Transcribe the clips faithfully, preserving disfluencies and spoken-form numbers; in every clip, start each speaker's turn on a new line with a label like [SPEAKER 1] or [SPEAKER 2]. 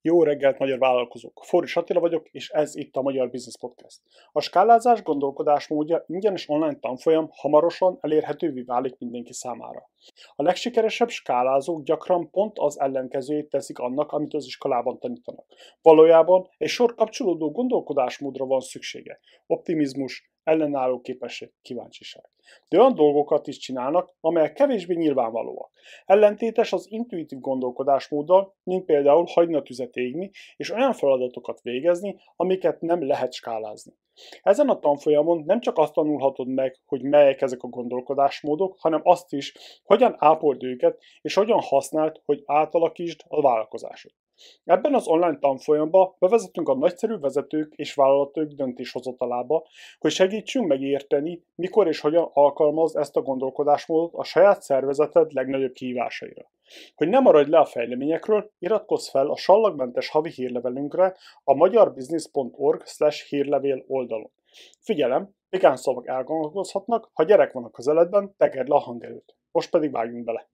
[SPEAKER 1] Jó reggelt, magyar vállalkozók! Forris Attila vagyok, és ez itt a Magyar Business Podcast. A skálázás gondolkodásmódja ingyenes online tanfolyam hamarosan elérhetővé válik mindenki számára. A legsikeresebb skálázók gyakran pont az ellenkezőjét teszik annak, amit az iskolában tanítanak. Valójában egy sor kapcsolódó gondolkodásmódra van szüksége. Optimizmus, ellenálló képesség, kíváncsiság. De olyan dolgokat is csinálnak, amelyek kevésbé nyilvánvalóak. Ellentétes az intuitív gondolkodásmóddal, mint például hagyni a tüzet égni, és olyan feladatokat végezni, amiket nem lehet skálázni. Ezen a tanfolyamon nem csak azt tanulhatod meg, hogy melyek ezek a gondolkodásmódok, hanem azt is, hogyan ápold őket, és hogyan használd, hogy átalakítsd a vállalkozásod. Ebben az online tanfolyamban bevezetünk a nagyszerű vezetők és vállalatok döntéshozatalába, hogy segítsünk megérteni, mikor és hogyan alkalmazd ezt a gondolkodásmódot a saját szervezeted legnagyobb kihívásaira. Hogy ne maradj le a fejleményekről, iratkozz fel a sallagmentes havi hírlevelünkre a magyarbusiness pont org slash hírlevél oldalon. Figyelem, pikán szavak elgondolkozhatnak, ha gyerek van a közeledben, tegerd le a hangerőt. Most pedig vágjunk bele!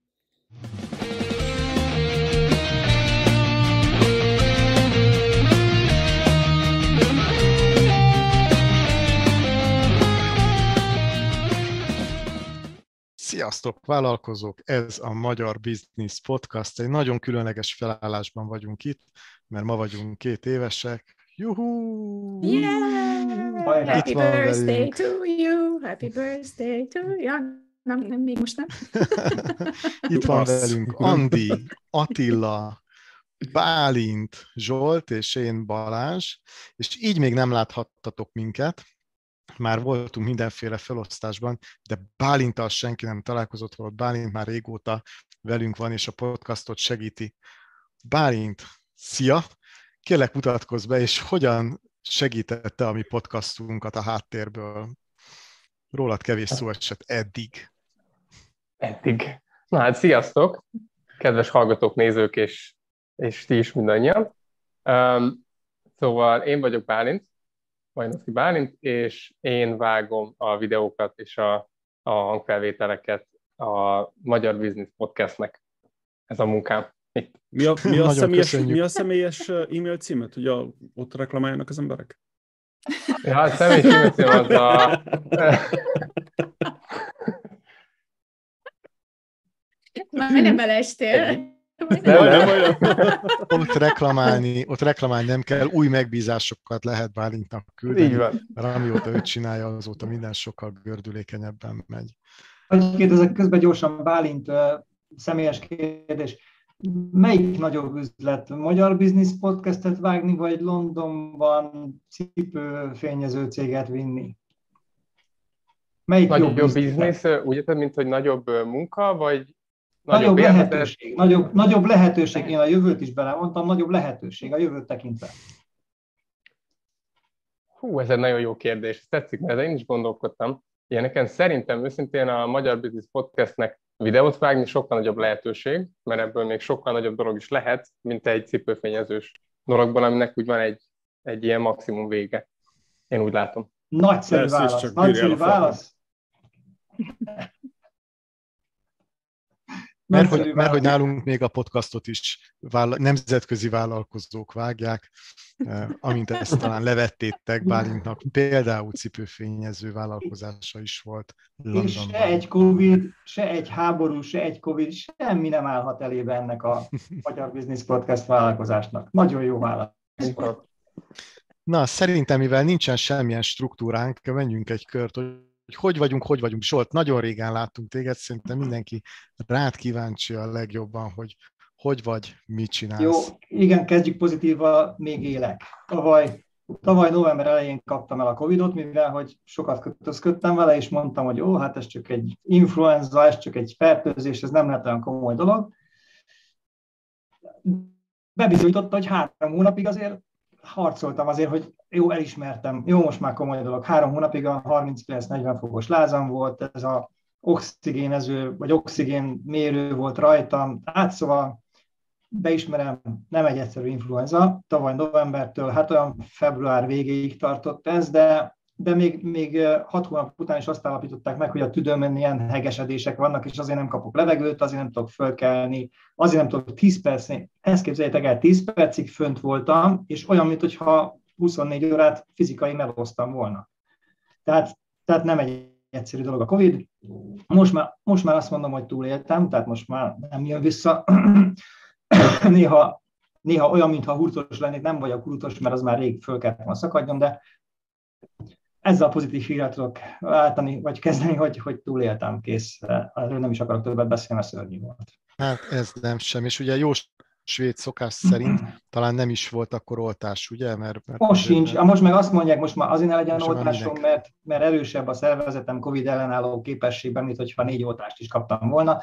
[SPEAKER 2] Sziasztok, vállalkozók! Ez a Magyar Business Podcast. Egy nagyon különleges felállásban vagyunk itt, mert ma vagyunk két évesek. Juhú!
[SPEAKER 3] Yeah! Happy birthday velünk. To you! Happy birthday to you! Nem, nem, még most nem.
[SPEAKER 2] Itt van velünk Andi, Attila, Bálint, Zsolt és én Balázs, és így még nem láthattatok minket. Már voltunk mindenféle felosztásban, de Bálinttal senki nem találkozott, volt Bálint már régóta velünk van, és a podcastot segíti. Bálint, szia! Kérlek, mutatkozz be, és hogyan segítette a mi podcastunkat a háttérből? Rólad kevés szó esett eddig.
[SPEAKER 4] Eddig. Na hát, sziasztok! Kedves hallgatók, nézők, és, és ti is mindannyian. Um, szóval én vagyok Bálint, Bajnocki Bálint, és én vágom a videókat és a, a hangfelvételeket a Magyar Business Podcastnek. Ez a munkám. Itt.
[SPEAKER 5] Mi a, mi a, személyes, mi a személyes e-mail címet, hogy a, ott reklamáljanak az emberek?
[SPEAKER 4] Ja, a személyes e-mail cím az a...
[SPEAKER 3] Már nem beleestél.
[SPEAKER 2] Nem, nem, nem. Ott reklamálni, ott reklamálni nem kell, új megbízásokat lehet Bálintnak küldeni.
[SPEAKER 4] Így van.
[SPEAKER 2] Mert amióta ő csinálja, azóta minden sokkal gördülékenyebben megy.
[SPEAKER 6] Kérdezek közben gyorsan, Bálint, személyes kérdés. Melyik nagyobb üzlet? Magyar Business Podcastet vágni, vagy Londonban cipőfényező céget vinni? Melyik
[SPEAKER 4] nagyobb
[SPEAKER 6] jobb
[SPEAKER 4] biznisz, úgy érted, mint hogy nagyobb munka, vagy
[SPEAKER 6] Nagyobb, nagyobb lehetőség, nagyobb, nagyobb lehetőség, én a jövőt is belemondtam, nagyobb lehetőség a jövőt tekintve.
[SPEAKER 4] Hú, ez egy nagyon jó kérdés, ez tetszik, mert én is gondolkodtam. Ilyeneken szerintem őszintén a Magyar Business Podcastnek videót vágni sokkal nagyobb lehetőség, mert ebből még sokkal nagyobb dolog is lehet, mint egy cipőfényezős dologban, aminek úgy van egy, egy ilyen maximum vége. Én úgy látom.
[SPEAKER 6] Nagyszerű válasz, nagyszerű válasz.
[SPEAKER 2] Mert hogy, mert hogy nálunk még a podcastot is vála- nemzetközi vállalkozók vágják, eh, amint ezt talán levettétek, Bálintnak például cipőfényező vállalkozása is volt Londonban.
[SPEAKER 6] És se egy Covid, se egy háború, se egy Covid, semmi nem állhat elébe ennek a Magyar Business Podcast vállalkozásnak. Nagyon jó válasz.
[SPEAKER 2] Na, szerintem, mivel nincsen semmilyen struktúránk, menjünk egy kört, hogy hogy hogy vagyunk, hogy vagyunk. Zsolt, nagyon régen láttunk téged, szerintem mindenki rád kíváncsi a legjobban, hogy hogy vagy, mit csinálsz.
[SPEAKER 6] Jó, igen, kezdjük pozitívval, még élek. Tavaly, tavaly november elején kaptam el a Covidot, mivel hogy sokat kötözködtem vele, és mondtam, hogy ó, hát ez csak egy influenza, ez csak egy fertőzés, ez nem lehet olyan komoly dolog. Bebizonyította, hogy három hónapig azért harcoltam azért, hogy jó, elismertem, jó, most már komoly dolog. Három hónapig a harminckilenc-negyven fokos lázam volt, ez a oxigénező, vagy oxigén mérő volt rajtam. Hát szóval beismerem, nem egy egyszerű influenza. Tavaly novembertől, hát olyan február végéig tartott ez, de de még, még hat hónap után is azt állapították meg, hogy a tüdőmön ilyen hegesedések vannak, és azért nem kapok levegőt, azért nem tudok fölkelni, azért nem tudok tíz percig, ezt képzeljétek el, tíz percig fönt voltam, és olyan, mintha huszonnégy órát fizikai melóztam volna. Tehát, tehát nem egy egyszerű dolog a Covid. Most már, most már azt mondom, hogy túléltem, tehát most már nem jön vissza. néha, néha olyan, mintha hurtos lennék, nem vagyok hurtos, mert az már rég föl kellett volna szakadjon, de ezzel a pozitív hírrel tudok váltani, vagy kezdeni, hogy, hogy túléltem, kész. Erről nem is akarok többet beszélni, mert szörnyű volt.
[SPEAKER 2] Hát ez nem sem, és ugye jó svéd szokás szerint talán nem is volt akkor oltás, ugye? Mert, mert
[SPEAKER 6] most sincs.
[SPEAKER 2] Nem...
[SPEAKER 6] Most meg azt mondják, most már azért ne legyen
[SPEAKER 2] most
[SPEAKER 6] oltásom, mert, mert erősebb a szervezetem Covid ellenálló képességben, mint hogyha négy oltást is kaptam volna.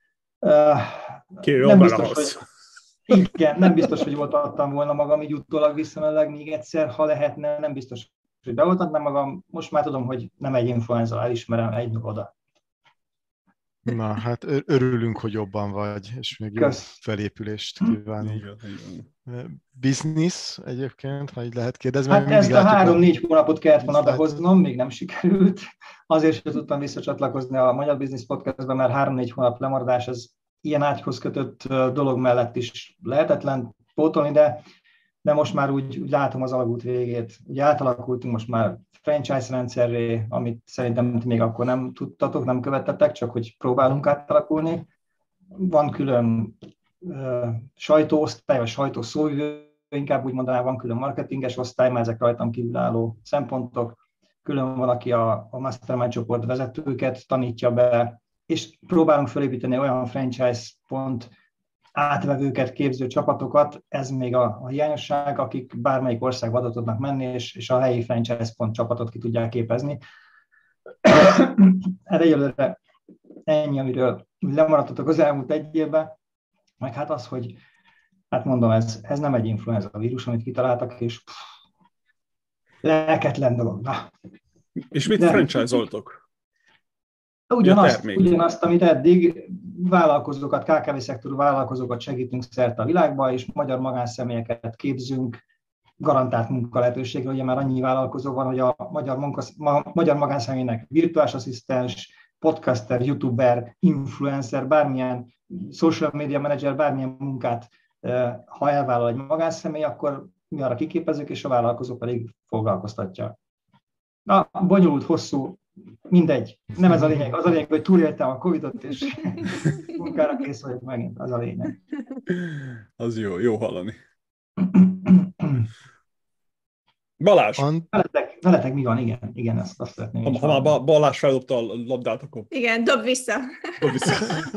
[SPEAKER 1] Ki
[SPEAKER 6] nem biztos, hogy, igen, nem biztos, hogy oltattam volna magam így utólag visszamenőleg még egyszer, ha lehetne, nem biztos, hogy beoltatnám magam. Most már tudom, hogy nem egy influenza, elismerem, egy oda.
[SPEAKER 2] Na, hát örülünk, hogy jobban vagy, és még jó felépülést kívánunk. Business egyébként, ha így lehet kérdezni.
[SPEAKER 6] Hát ezt a három-négy hónapot kellett volna behoznom, még nem sikerült. Azért sem tudtam visszacsatlakozni a Magyar Business Podcastbe, mert három-négy hónap lemaradás, ez ilyen ágyhoz kötött dolog mellett is lehetetlen pótolni, de, de most már úgy, úgy látom az alagút végét. Ugye átalakultunk most már franchise rendszerré, amit szerintem még akkor nem tudtatok, nem követtetek, csak hogy próbálunk átalakulni. Van külön uh, sajtóosztály, vagy sajtószóvivő, inkább úgy mondanám, van külön marketinges osztály, mert ezek rajtam kívülálló szempontok. Külön van, aki a, a Mastermind csoport vezetőket tanítja be, és próbálunk felépíteni olyan franchise pont átvevőket, képző csapatokat, ez még a, a hiányosság, akik bármelyik országba oda tudnak menni, és, és a helyi franchise pont csapatot ki tudják képezni. Erre egyelőre ennyi, amiről lemaradtatok az elmúlt egy évben, meg hát az, hogy hát mondom, ez, ez nem egy influenza vírus, amit kitaláltak, és pff, lelketlen dolog. Na.
[SPEAKER 1] És mit franchise-oltok?
[SPEAKER 6] Ugyanazt, ugyanazt, amit eddig vállalkozókat, ká ká vé-szektorú vállalkozókat segítünk szerte a világba, és magyar magánszemélyeket képzünk garantált munkalehetőségre. Ugye már annyi vállalkozó van, hogy a magyar, munkasz, ma, magyar magánszemélynek virtuális asszisztens, podcaster, youtuber, influencer, bármilyen social media manager, bármilyen munkát, ha elvállal egy magánszemély, akkor mi arra kiképezünk, és a vállalkozó pedig foglalkoztatja. Na, bonyolult, hosszú, mindegy. Nem ez a lényeg. Az a lényeg, hogy túléltem a Covidot, és munkára kész vagyok megint. Az a lényeg.
[SPEAKER 1] Az jó, jó hallani. Balázs!
[SPEAKER 6] Veletek, veletek mi van? Igen, igen, ezt azt szeretném.
[SPEAKER 1] Ha, ha már Balázs feldobta a labdát, akkor...
[SPEAKER 3] Igen, dob vissza.
[SPEAKER 1] Dob vissza.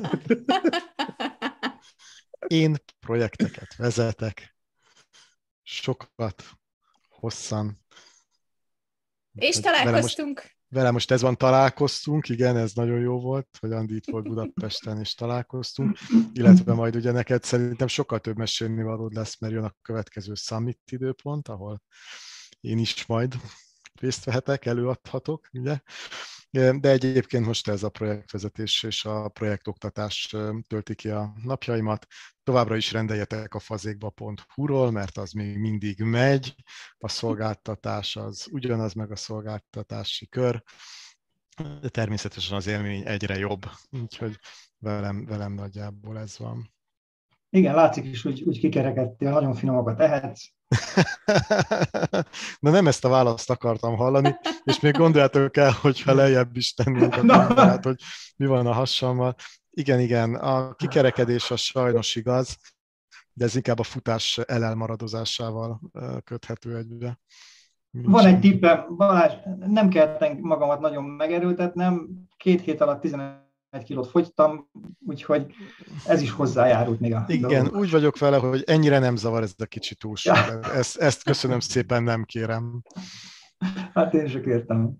[SPEAKER 2] Én projekteket vezetek. Sokat, hosszan.
[SPEAKER 3] És találkoztunk.
[SPEAKER 2] Vele most, vele most ez van, találkoztunk, igen, ez nagyon jó volt, hogy Andi itt volt Budapesten, és találkoztunk, illetve majd ugye neked szerintem sokkal több mesélni valód lesz, mert jön a következő Summit időpont, ahol én is majd részt vehetek, előadhatok, ugye? De egyébként most ez a projektvezetés és a projektoktatás tölti ki a napjaimat. Továbbra is rendeljetek a fazékba pont hu-ról, mert az még mindig megy. A szolgáltatás az ugyanaz, meg a szolgáltatási kör. De természetesen az élmény egyre jobb. Úgyhogy velem, velem nagyjából ez van.
[SPEAKER 6] Igen, látszik is, hogy úgy kikerekedtél, nagyon finomakat ehetsz.
[SPEAKER 2] Na nem ezt a választ akartam hallani, és még gondoljátok el, hogyha lejjebb is tennénk a kamerát, hogy mi van a hassammal. Igen, igen, a kikerekedés az sajnos igaz, de ez inkább a futás elelmaradozásával köthető egybe.
[SPEAKER 6] Van egy tippem, Balázs, nem kellett magamat nagyon megerőltetnem, két hét alatt tizenegy kilót fogytam, úgyhogy ez is hozzájárult még a
[SPEAKER 2] Igen, dolog. Úgy vagyok vele, hogy ennyire nem zavar ez a kicsi túlság. Ja. Ezt, ezt köszönöm szépen, nem kérem.
[SPEAKER 6] Hát én sem kértem.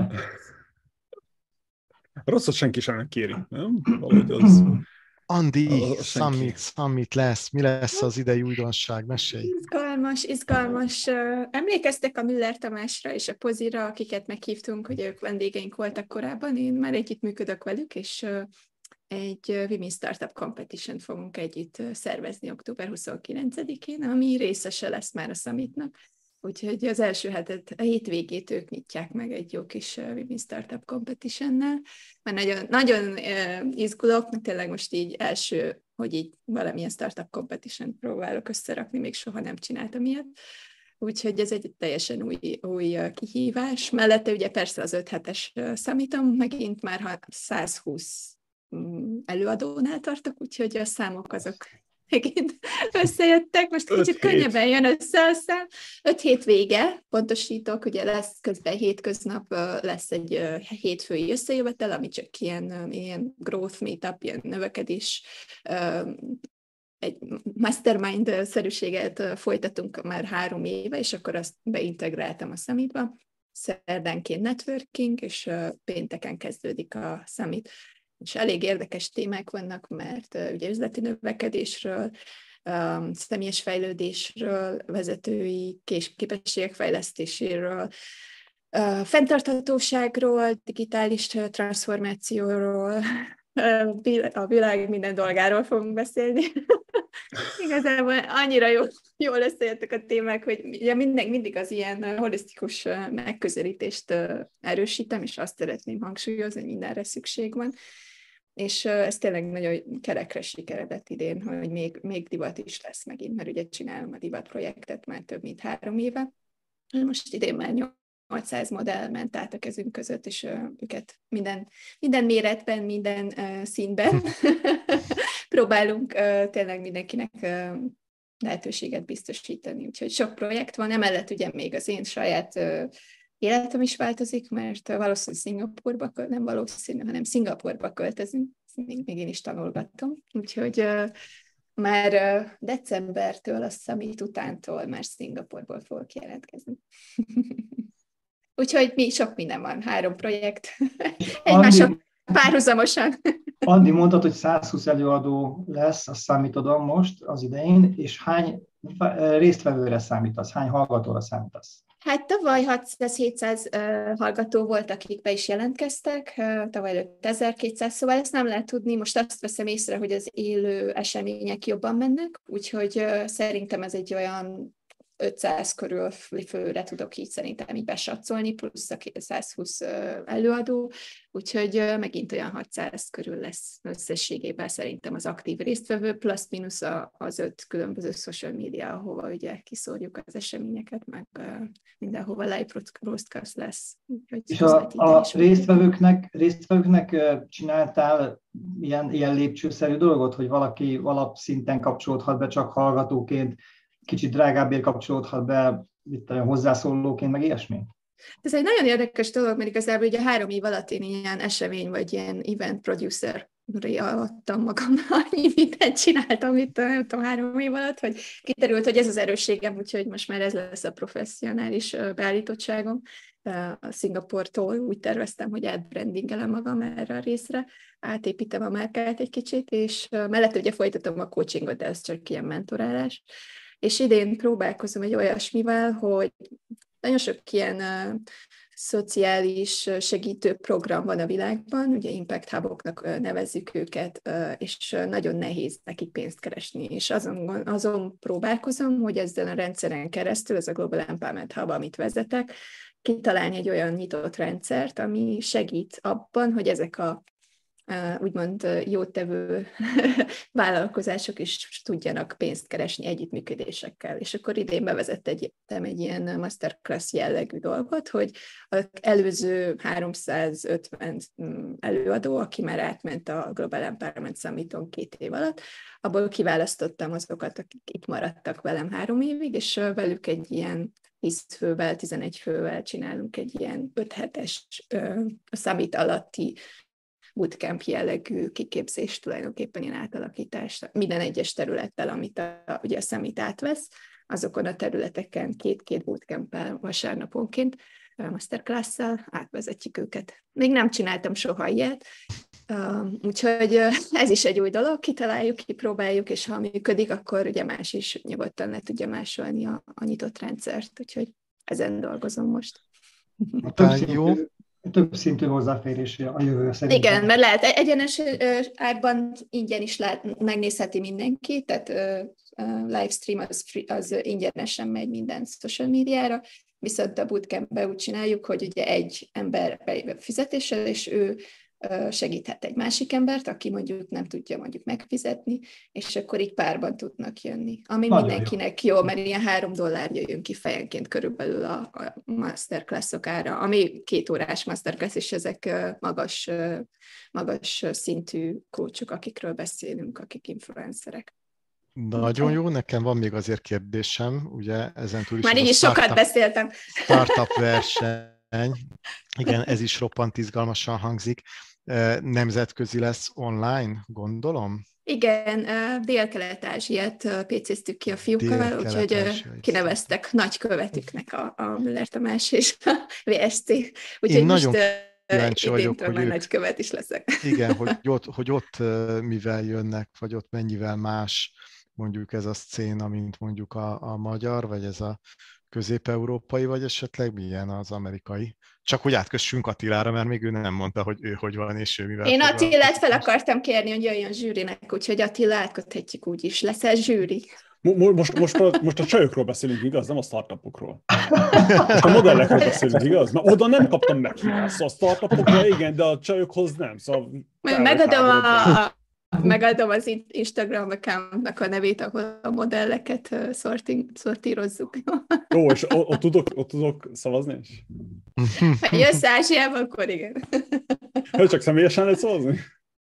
[SPEAKER 1] Rosszat senki sem nem kéri, nem? Valahogy az...
[SPEAKER 2] Andi, Summit, Summit lesz. Mi lesz az idei újdonság? Mesélj!
[SPEAKER 3] Izgalmas, izgalmas. Emlékeztek a Müller Tamásra és a Pozira, akiket meghívtunk, hogy ők vendégeink voltak korábban. Én már együtt működök velük, és egy Women Startup Competition fogunk együtt szervezni október huszonkilencedikén, ami részese lesz már a Summitnak. Úgyhogy az első hetet, a hétvégét ők nyitják meg egy jó kis uh, Women Startup Competition-nel, mert nagyon, nagyon uh, izgulok, mert tényleg most így első, hogy így valamilyen Startup Competition próbálok összerakni, még soha nem csináltam ilyet. Úgyhogy ez egy teljesen új, új kihívás. Mellette ugye persze az öt hetes számítom, megint már száz húsz előadónál tartok, úgyhogy a számok azok megint összejöttek. Most kicsit könnyebben jön össze a szám. Öt hét vége, pontosítok, ugye lesz közben hétköznap, lesz egy hétfői összejövetel, ami csak ilyen, ilyen growth meetup, ilyen növekedés, egy mastermind-szerűséget folytatunk már három éve, és akkor azt beintegráltam a Summitba. Szerdánként networking, és pénteken kezdődik a Summit. És elég érdekes témák vannak, mert ugye üzleti növekedésről, személyes fejlődésről, vezetői képességek fejlesztéséről, fenntarthatóságról, digitális transformációról, a világ minden dolgáról fogunk beszélni. Igazából annyira jó, jól összejöttek a témák, hogy ugye minden, mindig az ilyen holisztikus megközelítést erősítem, és azt szeretném hangsúlyozni, hogy mindenre szükség van. És ez tényleg nagyon kerekre sikeredett idén, hogy még, még divat is lesz megint, mert ugye csinálom a divat projektet már több mint három éve. Most idén már nyolcszáz modell ment át a kezünk között, és uh, őket minden, minden méretben, minden uh, színben próbálunk uh, tényleg mindenkinek uh, lehetőséget biztosítani. Úgyhogy sok projekt van, emellett ugye még az én saját uh, életem is változik, mert valószínűleg Szingapúrba, nem valószínű, hanem Szingapúrba költözünk, még, még én is tanulgattam. Úgyhogy uh, már uh, decembertől, a Summit utántól már Szingapúrból fogok jelentkezni. Úgyhogy mi sok minden van, három projekt, egymással párhuzamosan.
[SPEAKER 6] Andi, mondtad, hogy száz húsz előadó lesz a Summitodon most az idején, és hány résztvevőre számítasz, hány hallgatóra számítasz?
[SPEAKER 3] Hát tavaly hatszáz-hétszáz uh, hallgató volt, akik be is jelentkeztek, uh, tavaly előtt ezerkétszáz, szóval ezt nem lehet tudni. Most azt veszem észre, hogy az élő események jobban mennek, úgyhogy uh, szerintem ez egy olyan ötszáz körül főre tudok így szerintem így besatszolni, plusz a száz húsz előadó, úgyhogy megint olyan hatszáz körül lesz összességében szerintem az aktív résztvevő, plusz-minusz az öt különböző social media, ahova ugye kiszórjuk az eseményeket, meg mindenhova live broadcast lesz. Úgyhogy
[SPEAKER 6] és a, a résztvevőknek, résztvevőknek csináltál ilyen, ilyen lépcsőszerű dolgot, hogy valaki alapszinten kapcsolódhat be csak hallgatóként, kicsit drágábbért kapcsolódhat be, mit tudom, hozzászólóként, meg ilyesmi?
[SPEAKER 3] Ez egy nagyon érdekes dolog, mert igazából ugye három év alatt én ilyen esemény, vagy ilyen event producer adtam magam, annyi mindent csináltam itt, nem tudom, három év alatt, hogy kiterült, hogy ez az erősségem, úgyhogy most már ez lesz a professzionális beállítottságom. A Szingapúrtól úgy terveztem, hogy átbrandingelem magam erre a részre, átépítem a márkát egy kicsit, és mellett ugye folytatom a coachingot, de ez csak ilyen mentorálás. És idén próbálkozom egy olyasmivel, hogy nagyon sok ilyen uh, szociális segítő program van a világban, ugye Impact Huboknak uh, nevezzük őket, uh, és uh, nagyon nehéz nekik pénzt keresni. És azon, azon próbálkozom, hogy ezzel a rendszeren keresztül, ez a Global Empowerment Hub, amit vezetek, kitalálni egy olyan nyitott rendszert, ami segít abban, hogy ezek a Uh, úgymond uh, jótevő vállalkozások is tudjanak pénzt keresni együttműködésekkel. És akkor idén bevezettem egy ilyen masterclass jellegű dolgot, hogy az előző háromszázötven előadó, aki már átment a Global Empowerment Summiton két év alatt, abból kiválasztottam azokat, akik itt maradtak velem három évig, és uh, velük egy ilyen tíz fővel, tizenegy fővel csinálunk egy ilyen öt hetes uh, Summit alatti bootcamp jellegű kiképzés, tulajdonképpen ilyen átalakítás, minden egyes területtel, amit a, ugye a Summit átvesz, azokon a területeken két-két bootcamp-el vasárnaponként, masterclass-szel átvezetjük őket. Még nem csináltam soha ilyet, úgyhogy ez is egy új dolog, kitaláljuk, kipróbáljuk, és ha működik, akkor ugye más is nyugodtan le tudja másolni a, a nyitott rendszert, úgyhogy ezen dolgozom most.
[SPEAKER 6] Több jó. Több szintű hozzáférés a jövő szerintem.
[SPEAKER 3] Igen, mert lehet egyenes árban ingyen is lehet, megnézheti mindenki, tehát livestream az, free, az ingyenesen megy minden social médiára, viszont a bootcampben úgy csináljuk, hogy ugye egy ember bejön fizetéssel, és ő segíthet egy másik embert, aki mondjuk nem tudja mondjuk megfizetni, és akkor így párban tudnak jönni. Ami nagyon mindenkinek jó. jó, mert ilyen három dollár jön ki fejenként körülbelül a, a masterclassok ára, ami két órás masterclass, és ezek magas, magas szintű coachok, akikről beszélünk, akik influencerek.
[SPEAKER 2] Nagyon jó, nekem van még azért kérdésem, ugye ezen túl is...
[SPEAKER 3] Már így is sokat beszéltem.
[SPEAKER 2] Startup verseny, igen, ez is roppant izgalmasan hangzik. Nemzetközi lesz online, gondolom?
[SPEAKER 3] Igen, Dél-Kelet-Ázsiát pécéztük ki a fiúkkal, úgyhogy kineveztek nagykövetüknek a, a Müller Tamás és a vé es té. Úgyhogy
[SPEAKER 2] Én nagyon kíváncsi
[SPEAKER 3] vagyok, hogy ők...
[SPEAKER 2] nagykövet
[SPEAKER 3] is leszek.
[SPEAKER 2] Igen, hogy ott, hogy ott mivel jönnek, vagy ott mennyivel más mondjuk ez a szcéna, mint mondjuk a, a magyar, vagy ez a közép-európai, vagy esetleg milyen az amerikai. Csak hogy átkössünk Attilára, mert még ő nem mondta, hogy ő hogy van, és ő mivel...
[SPEAKER 3] Én Attilát fel akartam kérni, hogy jöjjön zsűrinek, úgyhogy Attila átköthetjük úgy is. Leszel zsűri?
[SPEAKER 5] Most, most, a, most a csajokról beszélünk, igaz? Nem a startupokról. Most a modellekről beszélünk, igaz? Mert oda nem kaptam meghívást. Szóval a startupokra igen, de a csajokhoz nem. Szóval
[SPEAKER 3] megadom a... Megadom az Instagram accountnak a nevét, ahol a modelleket sorting, szortírozzuk.
[SPEAKER 5] Jó, és ott tudok, ott tudok szavazni is?
[SPEAKER 3] Ha jössz Ázsiába, akkor igen.
[SPEAKER 5] Hogy csak személyesen lehet szavazni?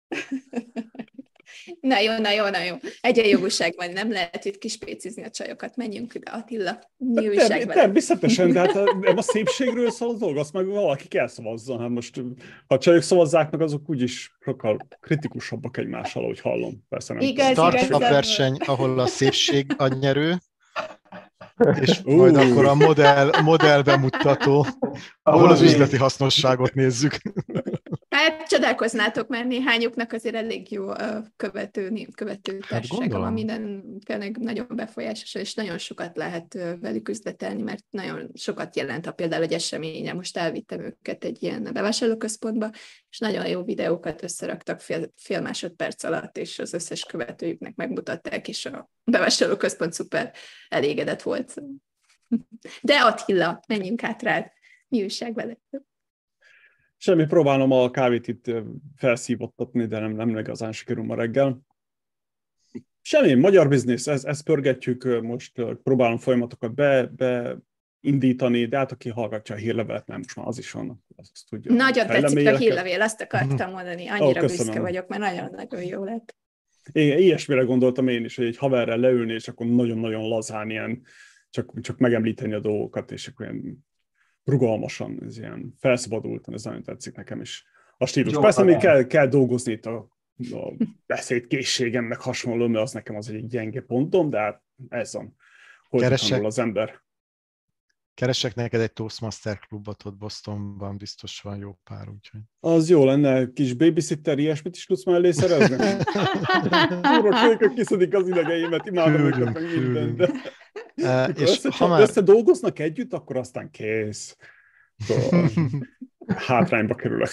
[SPEAKER 3] Na jó, na jó, na jó. Egyenjogúságban nem lehet itt kispécizni a csajokat. Menjünk ide, Attila. Mi újság vele?
[SPEAKER 5] Természetesen, de hát nem a szépségről szól az dolog, azt meg valaki kell szavazzon. Hát most, ha a csajok szavazzák meg, azok úgyis sokkal kritikusabbak egymással, ahogy hallom. Persze nem.
[SPEAKER 3] Igaz,
[SPEAKER 2] Startup verseny, ahol a szépség a nyerő, és uh. majd akkor a modell, modell bemutató, ahol az üzleti hasznosságot nézzük.
[SPEAKER 3] Hát csodálkoznátok, mert néhányuknak azért elég jó követő, követő társaság, hát minden tényleg nagyon befolyásos, és nagyon sokat lehet velük üzletelni, mert nagyon sokat jelent, ha például egy eseménye. Most elvittem őket egy ilyen bevásárlóközpontba, és nagyon jó videókat összeraktak fél, fél másodperc alatt, és az összes követőjüknek megmutatták, és a bevásárlóközpont szuper elégedett volt. De Attila, menjünk át rád. Mi újság veled?
[SPEAKER 5] Semmi, próbálom a kávét itt felszívottatni, de nem, nem igazán sikerül ma reggel. Semmi, magyar biznisz, ezt, ezt pörgetjük, most próbálom folyamatokat be, beindítani, de hát aki hallgatja a hírlevelet, nem, most már az is van. Azt tudja,
[SPEAKER 3] nagyon tetszik a hírlevél, azt akartam mondani, annyira oh, büszke vagyok, mert nagyon-nagyon jó lett.
[SPEAKER 5] Én ilyesmire gondoltam én is, hogy egy haverrel leülni, és akkor nagyon-nagyon lazán ilyen, csak, csak megemlíteni a dolgokat, és akkor ilyen rugalmasan, ez ilyen felszabadultan, ez nagyon tetszik nekem is. A stílus. Jó, persze még kell, kell dolgozni itt a, a beszédkészségem, meg hasonló, mert az nekem az egy gyenge pontom, de hát ez van, hogy tanul az ember.
[SPEAKER 2] Keresek neked egy Toastmaster klubot ott Bostonban, biztos van jó pár, úgyhogy.
[SPEAKER 5] Az jó lenne, kis babysitter, ilyesmit is tudsz mellé szerezni? Úrok, kiszedik az idegeimet, imádom őket, meg minden, de... Uh, és össze, ha már... összedolgoznak együtt, akkor aztán kész. Szóval hátrányba kerülök.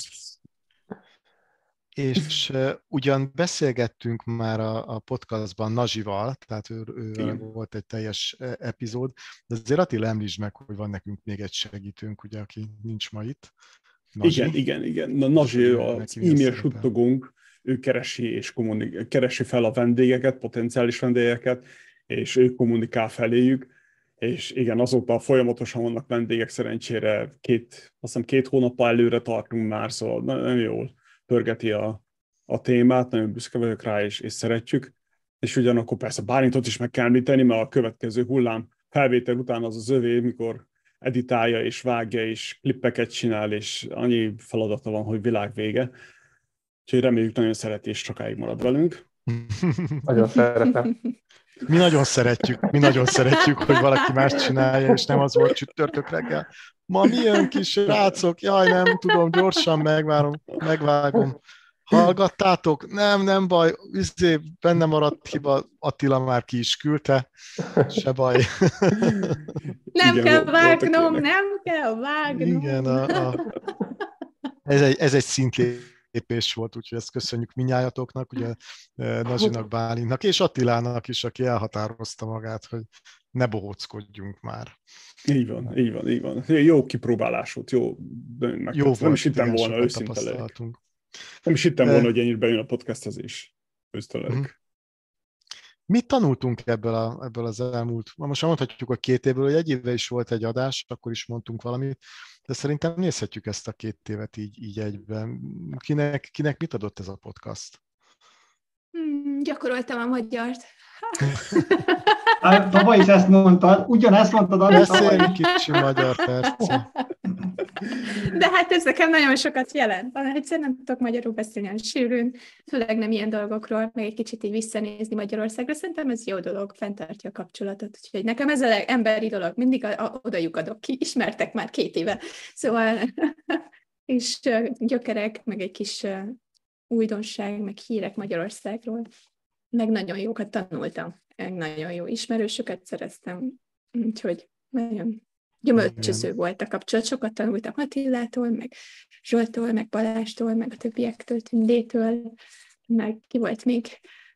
[SPEAKER 2] És uh, ugyan beszélgettünk már a, a podcastban Nazsival, tehát ő, ő volt egy teljes epizód, de azért Attila említsd meg, hogy van nekünk még egy segítőnk, ugye, aki nincs ma itt.
[SPEAKER 5] Nazsi. Igen, igen, igen. Na, Nazsi az e-mail suttogónk, ő keresi, és kommunik- keresi fel a vendégeket, potenciális vendégeket, és ő kommunikál feléjük, és igen, azóta folyamatosan vannak vendégek, szerencsére két, azt hiszem két hónappal előre tartunk már, szóval nagyon jól pörgeti a, a témát, nagyon büszke vagyok rá, és, és szeretjük. És ugyanakkor persze Bálintot is meg kell említeni, mert a következő hullám felvétel után az az övé, mikor editálja és vágja, és klippeket csinál, és annyi feladata van, hogy világ vége. Úgyhogy reméljük, nagyon szereti, és sokáig marad velünk.
[SPEAKER 4] Nagyon szeretem.
[SPEAKER 2] Mi nagyon szeretjük, mi nagyon szeretjük, hogy valaki más csinálja, és nem az volt csütörtök reggel. Ma milyen kis rácok, jaj, nem tudom, gyorsan megvárom, megvágom. Hallgattátok? Nem, nem baj, üzé, benne maradt hiba, Attila már ki is küldte, se baj.
[SPEAKER 3] Nem igen, kell vágnom, nem kell vágnom.
[SPEAKER 2] Igen, a, a, ez, egy, ez egy szintlépés fellépés volt, úgyhogy ezt köszönjük mindnyájatoknak, ugye Nazsinak, Bálintnak, és Attilának is, aki elhatározta magát, hogy ne bohóckodjunk már.
[SPEAKER 5] Így van, így van, így van. Jó kipróbálás volt, jó.
[SPEAKER 2] Jó volt,
[SPEAKER 5] nem is hittem
[SPEAKER 2] igen,
[SPEAKER 5] volna, őszinte legyek. Nem is hittem volna, hogy ennyire bejön a podcastezés. Őszinte
[SPEAKER 2] Mit tanultunk ebből, a, ebből az elmúlt? Most mondhatjuk a két évből, hogy egy éve is volt egy adás, akkor is mondtunk valamit, de szerintem nézhetjük ezt a két évet így, így egyben. Kinek, kinek mit adott ez a podcast?
[SPEAKER 3] Hmm, gyakoroltam a magyart.
[SPEAKER 6] Tavaly is ezt mondtad, ugyanezt mondtad, amit tavaly
[SPEAKER 2] is. Kicsi magyar, persze.
[SPEAKER 3] De hát ez nekem nagyon sokat jelent. Van, egyszer nem tudok magyarul beszélni olyan sűrűn, főleg nem ilyen dolgokról, meg egy kicsit így visszanézni Magyarországra. Szerintem ez jó dolog, fenntartja a kapcsolatot. Úgyhogy nekem ez a legemberi dolog, mindig a, a, oda lyukadok ki, ismertek már két éve. Szóval, és gyökerek, meg egy kis újdonság, meg hírek Magyarországról, meg nagyon jókat tanultam, meg nagyon jó ismerősöket szereztem, úgyhogy nagyon gyümölcsöző volt a kapcsolat. Sokat tanultam Attillától, meg Zsoltól, meg Balástól, meg a többiektől, Tündétől, meg ki volt még?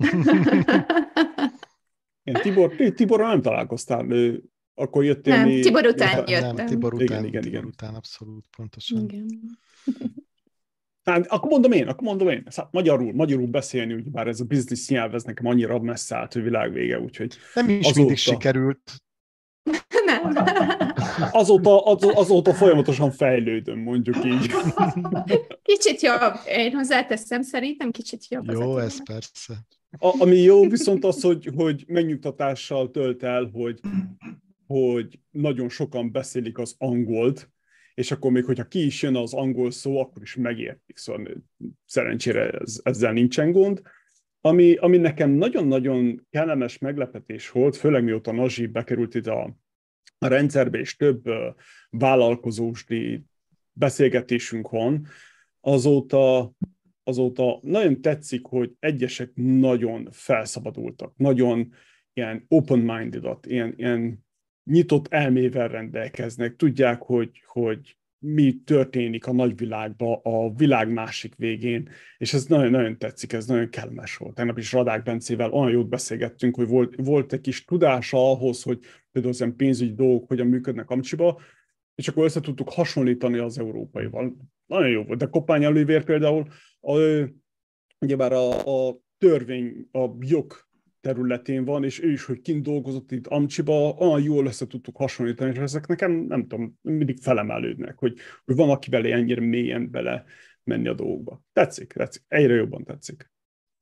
[SPEAKER 5] Igen, Tibor, Tiborral nem találkoztál, akkor jöttél
[SPEAKER 3] nem,
[SPEAKER 5] mi...
[SPEAKER 3] Tibor után jöttem.
[SPEAKER 2] Nem, Tibor után,
[SPEAKER 5] igen, igen,
[SPEAKER 2] Tibor
[SPEAKER 5] igen.
[SPEAKER 2] után, abszolút, pontosan.
[SPEAKER 3] Igen.
[SPEAKER 5] Hát, akkor mondom én, akkor mondom én. Szóval magyarul, magyarul beszélni, ugyebár ez a biznisz nyelv, ez nekem annyira messze állt, hogy világ vége, úgyhogy
[SPEAKER 2] nem is
[SPEAKER 5] azóta...
[SPEAKER 2] mindig sikerült.
[SPEAKER 3] Nem.
[SPEAKER 5] Azóta, az, azóta folyamatosan fejlődöm, mondjuk így.
[SPEAKER 3] Kicsit jobb. Én hozzáteszem, szerintem kicsit jobb.
[SPEAKER 2] Jó, ez persze.
[SPEAKER 5] A, ami jó viszont az, hogy, hogy megnyugtatással tölt el, hogy, hogy nagyon sokan beszélik az angolt, és akkor még, hogyha ki is jön az angol szó, akkor is megértik. Szóval szerencsére ez, ezzel nincsen gond. Ami, ami nekem nagyon-nagyon kellemes meglepetés volt, főleg mióta Nazsi bekerült itt a, a rendszerbe, és több uh, vállalkozósdi beszélgetésünk van, azóta, azóta nagyon tetszik, hogy egyesek nagyon felszabadultak, nagyon ilyen open-minded-at, ilyen, ilyen nyitott elmével rendelkeznek, tudják, hogy, hogy mi történik a nagyvilágban, a világ másik végén, és ez nagyon-nagyon tetszik, ez nagyon kellemes volt. Tegnap is Radák Bencével olyan jót beszélgettünk, hogy volt, volt egy kis tudása ahhoz, hogy például az ilyen pénzügyi dolgok hogyan működnek Amcsiba, és akkor össze tudtuk hasonlítani az európaival. Nagyon jó volt, de Koppány Olivér például, a, ugyebár a, a törvény, a jog területén van, és ő is, hogy kint dolgozott itt Amcsiba, olyan jól össze tudtuk hasonlítani, és ezek nekem, nem tudom, mindig felemelődnek, hogy, hogy van, aki bele ennyire mélyen bele menni a dolgokba. Tetszik, tetszik, egyre jobban tetszik.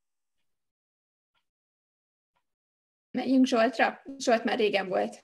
[SPEAKER 3] Menjünk Zsoltra. Zsolt már régen volt.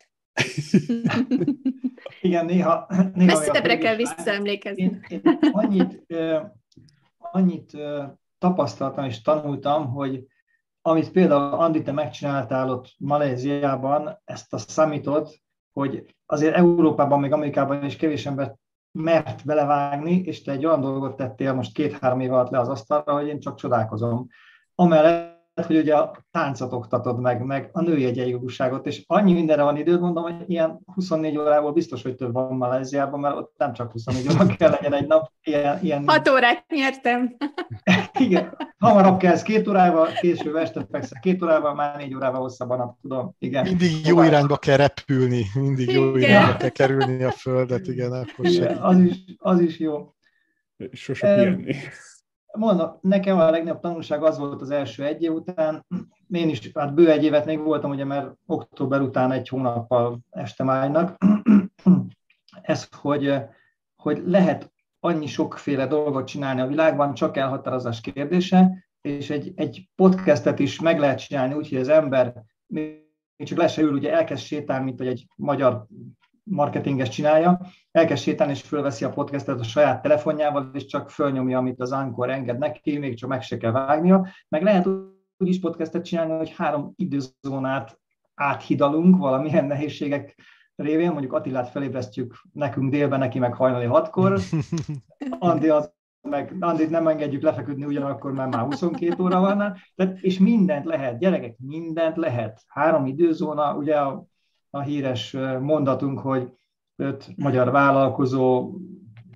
[SPEAKER 6] Igen, néha... néha
[SPEAKER 3] messzebbre kell visszaemlékezni.
[SPEAKER 6] Én, én annyit, uh, annyit uh, tapasztaltam és tanultam, hogy amit például Andi, te megcsináltál ott Maléziában, ezt a summitot, hogy azért Európában, még Amerikában is kevés ember mert belevágni, és te egy olyan dolgot tettél most két-három év alatt le az asztalra, hogy én csak csodálkozom. Amellett, hogy ugye a táncot oktatod meg, meg a női egyenjogúságot, és annyi mindenre van időd, mondom, hogy ilyen huszonnégy órából biztos, hogy több van Maléziában, mert ott nem csak huszonnégy óra kell legyen egy nap. Ilyen, ilyen...
[SPEAKER 3] Hat órát nyertem.
[SPEAKER 6] Igen, hamarabb kezd két órával, később este fekszel két órával, már négy órával hosszabb a nap, tudom. Igen.
[SPEAKER 2] Mindig jó irányba kell repülni, mindig jó igen. irányba kell kerülni a földet, igen, akkor
[SPEAKER 6] igen, az is, az is jó.
[SPEAKER 5] Sose pihenni.
[SPEAKER 6] Mondom, nekem a legnagyobb tanulság az volt az első egy év után. Én is, hát bő egy évet még voltam, ugye, mert október után egy hónappal estem ágynak. Ez, hogy, hogy lehet annyi sokféle dolgot csinálni a világban, csak elhatározás kérdése, és egy, egy podcastet is meg lehet csinálni úgy, hogy az ember még csak le se ül, ugye elkezd sétálni, mint hogy egy magyar marketinges csinálja, elkezd sétálni és fölveszi a podcastet a saját telefonjával, és csak fölnyomja, amit az Anchor enged neki, még csak meg se kell vágnia. Meg lehet úgy is podcastet csinálni, hogy három időzónát áthidalunk valamilyen nehézségek révén, mondjuk Attilát felébresztjük nekünk délben, neki meg hajnali hatkor, Andi az meg Andit nem engedjük lefeküdni ugyanakkor, mert már huszonkét óra van, tehát, és mindent lehet, gyerekek, mindent lehet. Három időzóna, ugye a, a híres mondatunk, hogy öt magyar vállalkozó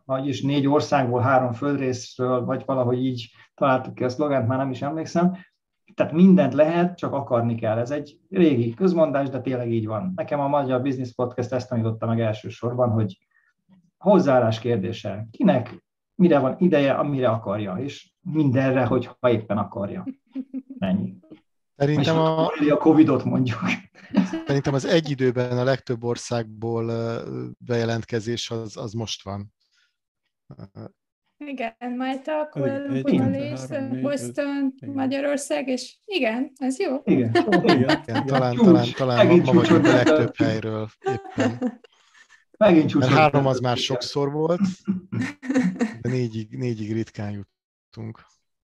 [SPEAKER 6] vagyis négy országból, három földrészről, vagy valahogy így találtuk ki a szlogánt, már nem is emlékszem. Tehát mindent lehet, csak akarni kell. Ez egy régi közmondás, de tényleg így van. Nekem a Magyar Business Podcast ezt tanította meg elsősorban, hogy hozzáállás kérdése. Kinek mire van ideje, amire akarja, és mindenre, hogyha éppen akarja. Ennyi.
[SPEAKER 2] Szerintem a,
[SPEAKER 6] a Covidot mondjuk.
[SPEAKER 2] Szerintem az egy időben a legtöbb országból bejelentkezés az, az most van.
[SPEAKER 3] Igen, Malta, Kuala Boston, Magyarország, és igen, ez jó.
[SPEAKER 6] Igen,
[SPEAKER 2] igen. igen talán, talán, talán ma, ma vagyunk a legtöbb helyről éppen.
[SPEAKER 6] Megint
[SPEAKER 2] Mert három az már sokszor volt, de négyig, négyig ritkán jutunk.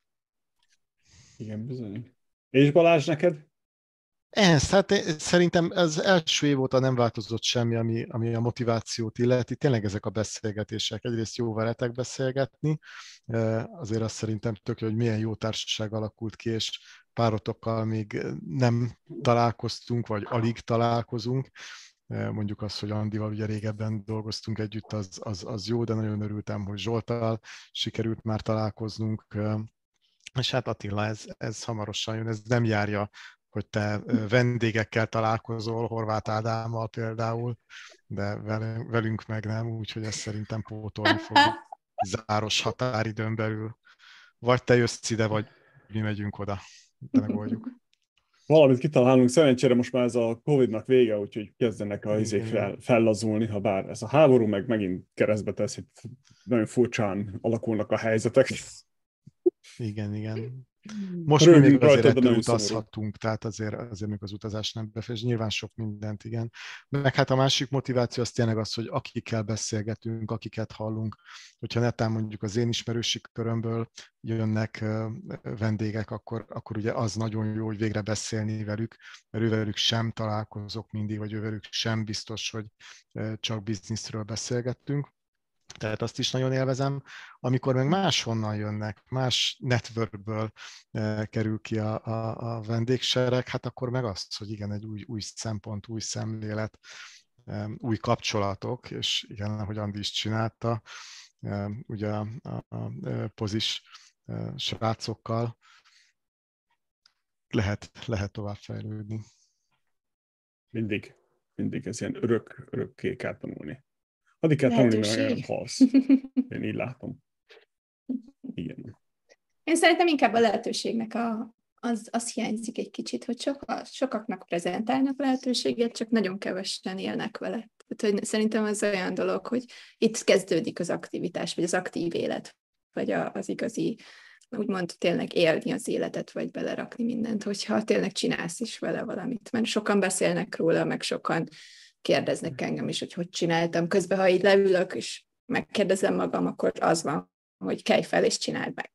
[SPEAKER 5] Igen, bizony. És Balázs, neked?
[SPEAKER 2] Ez, hát szerintem az első év óta nem változott semmi, ami, ami a motivációt illeti. Tényleg ezek a beszélgetések. Egyrészt jó veletek beszélgetni, azért azt szerintem tök jó, hogy milyen jó társaság alakult ki, és párotokkal még nem találkoztunk, vagy alig találkozunk. Mondjuk azt, hogy Andival ugye régebben dolgoztunk együtt, az, az, az jó, de nagyon örültem, hogy Zsolttal sikerült már találkoznunk. És hát Attila, ez, ez hamarosan jön, ez nem járja, hogy te vendégekkel találkozol, Horváth Ádámmal például, de velünk meg nem, úgyhogy ezt szerintem pótolni fogjuk záros határidőn belül. Vagy te jössz ide, vagy mi megyünk oda, de megoldjuk.
[SPEAKER 5] Valamit kitalálunk, szerencsére most már ez a Covidnak vége, úgyhogy kezdenek a izék fel, fellazulni, ha bár ez a háború meg megint keresztbe tesz, itt nagyon furcsán alakulnak a helyzetek.
[SPEAKER 2] Igen, igen. Most mi még azért ettől utazhatunk, tehát azért, azért még az utazás nem befejez. Nyilván sok mindent, igen. Meg hát a másik motiváció az tényleg az, hogy akikkel beszélgetünk, akiket hallunk. Hogyha netán mondjuk az én ismerősi körömből jönnek vendégek, akkor, akkor ugye az nagyon jó, hogy végre beszélni velük, mert ővelük sem találkozok mindig, vagy ővelük sem biztos, hogy csak bizniszről beszélgettünk. Tehát azt is nagyon élvezem. Amikor meg máshonnan jönnek, más networkből e, kerül ki a, a, a vendégsereg, hát akkor meg azt, hogy igen, egy új, új szempont, új szemlélet, e, új kapcsolatok, és igen, ahogy Andi is csinálta, e, ugye a, a, a pozis e, srácokkal lehet, lehet tovább fejlődni.
[SPEAKER 5] Mindig, mindig ez ilyen örök, örökké kell tanulni. Addig kell tanulni, mert nem halsz. Én így látom. Igen.
[SPEAKER 3] Én szerintem inkább a lehetőségnek a, az, az hiányzik egy kicsit, hogy soka, sokaknak prezentálnak lehetőséget, csak nagyon kevesen élnek vele. Tehát, hogy szerintem az olyan dolog, hogy itt kezdődik az aktivitás, vagy az aktív élet, vagy a, az igazi, úgymond tényleg élni az életet, vagy belerakni mindent, hogyha tényleg csinálsz is vele valamit. Mert sokan beszélnek róla, meg sokan kérdeznek engem is, hogy hogy csináltam. Közben, ha így leülök, és megkérdezem magam, akkor az van, hogy kelj fel, és csináld meg.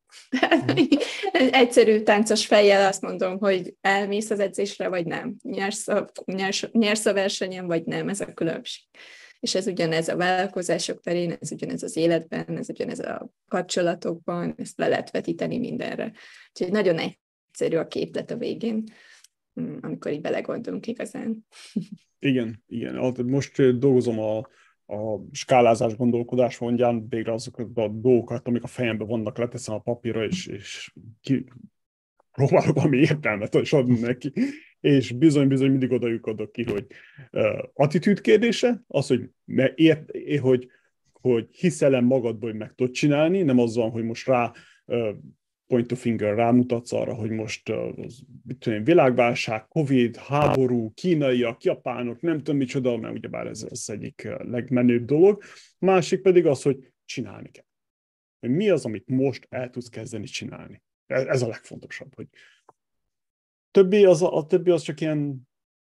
[SPEAKER 3] Egyszerű táncos fejjel azt mondom, hogy elmész az edzésre, vagy nem. Nyersz a, nyersz, nyersz a versenyen, vagy nem. Ez a különbség. És ez ugyanez a vállalkozások terén, ez ugyanez az életben, ez ugyanez a kapcsolatokban, ezt le lehet vetíteni mindenre. Úgyhogy nagyon egyszerű a képlet a végén, amikor így belegondolunk igazán.
[SPEAKER 5] Igen, igen. Most dolgozom a, a skálázás gondolkodás mondján, végre azokat a dolgokat, amik a fejemben vannak, leteszem a papírra, és, és ki, próbálok valami értelmet is adni neki. És bizony-bizony mindig odajuk ki, hogy uh, attitűd kérdése, az, hogy, ért, hogy, hogy hiszel-e magadban, hogy meg tudod csinálni, nem az van, hogy most rá uh, point of finger rámutatsz arra, hogy most az, mit tudom, világválság, Covid, háború, kínaiak, japánok, nem tudom micsoda, mert ugyebár ez az egyik legmenőbb dolog. Másik pedig az, hogy csinálni kell. Hogy mi az, amit most el tudsz kezdeni csinálni. Ez a legfontosabb, hogy többi az, a többi az csak ilyen,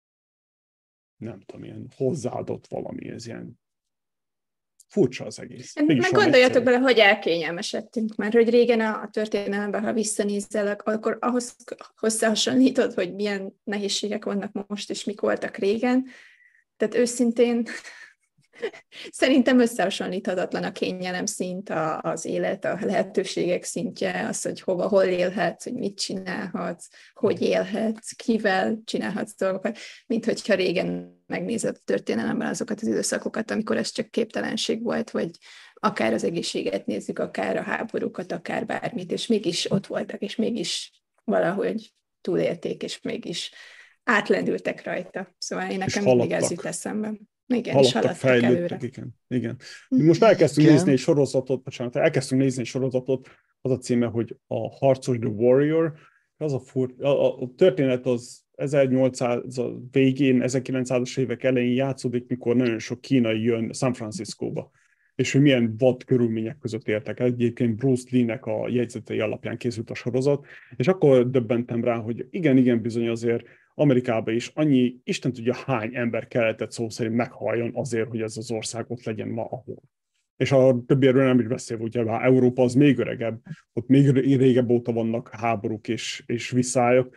[SPEAKER 5] nem tudom, ilyen hozzáadott valami, ez ilyen furcsa az egész.
[SPEAKER 3] Meg gondoljatok bele, hogy elkényelmesedtünk, mert hogy régen a, a történelemben, ha visszanézzel, akkor ahhoz összehasonlítod, hogy milyen nehézségek vannak most, és mik voltak régen. Tehát őszintén Szerintem összehasonlíthatatlan a kényelem szint, az élet, a lehetőségek szintje, az, hogy hova, hol élhetsz, hogy mit csinálhatsz, hogy élhetsz, kivel csinálhatsz dolgokat, mint hogyha régen megnézed a történelemben azokat az időszakokat, amikor ez csak képtelenség volt, vagy akár az egészséget nézzük, akár a háborúkat, akár bármit, és mégis ott voltak, és mégis valahogy túlélték, és mégis átlendültek rajta. Szóval én nekem mindig ez jut eszembe. Igen,
[SPEAKER 5] haladtak, fejlődtek, igen. igen. Most elkezdtünk igen. nézni egy sorozatot, bocsánat, elkezdtünk nézni egy sorozatot, az a címe, hogy a Harcos The Warrior. Az a, fur, a, a történet az ezernyolcszáz végén, ezerkilencszázas évek elején játszódik, mikor nagyon sok kínai jön San Franciscóba, és hogy milyen vad körülmények között éltek. Egyébként Bruce Lee-nek a jegyzetei alapján készült a sorozat, és akkor döbbentem rá, hogy igen, igen, bizony azért Amerikában is annyi, Isten tudja hány ember kellett szó szerint meghaljon azért, hogy ez az ország ott legyen ma, ahol. És a többiről nem is beszélve, ugye Európa az még öregebb, ott még régebb óta vannak háborúk és, és visszályok,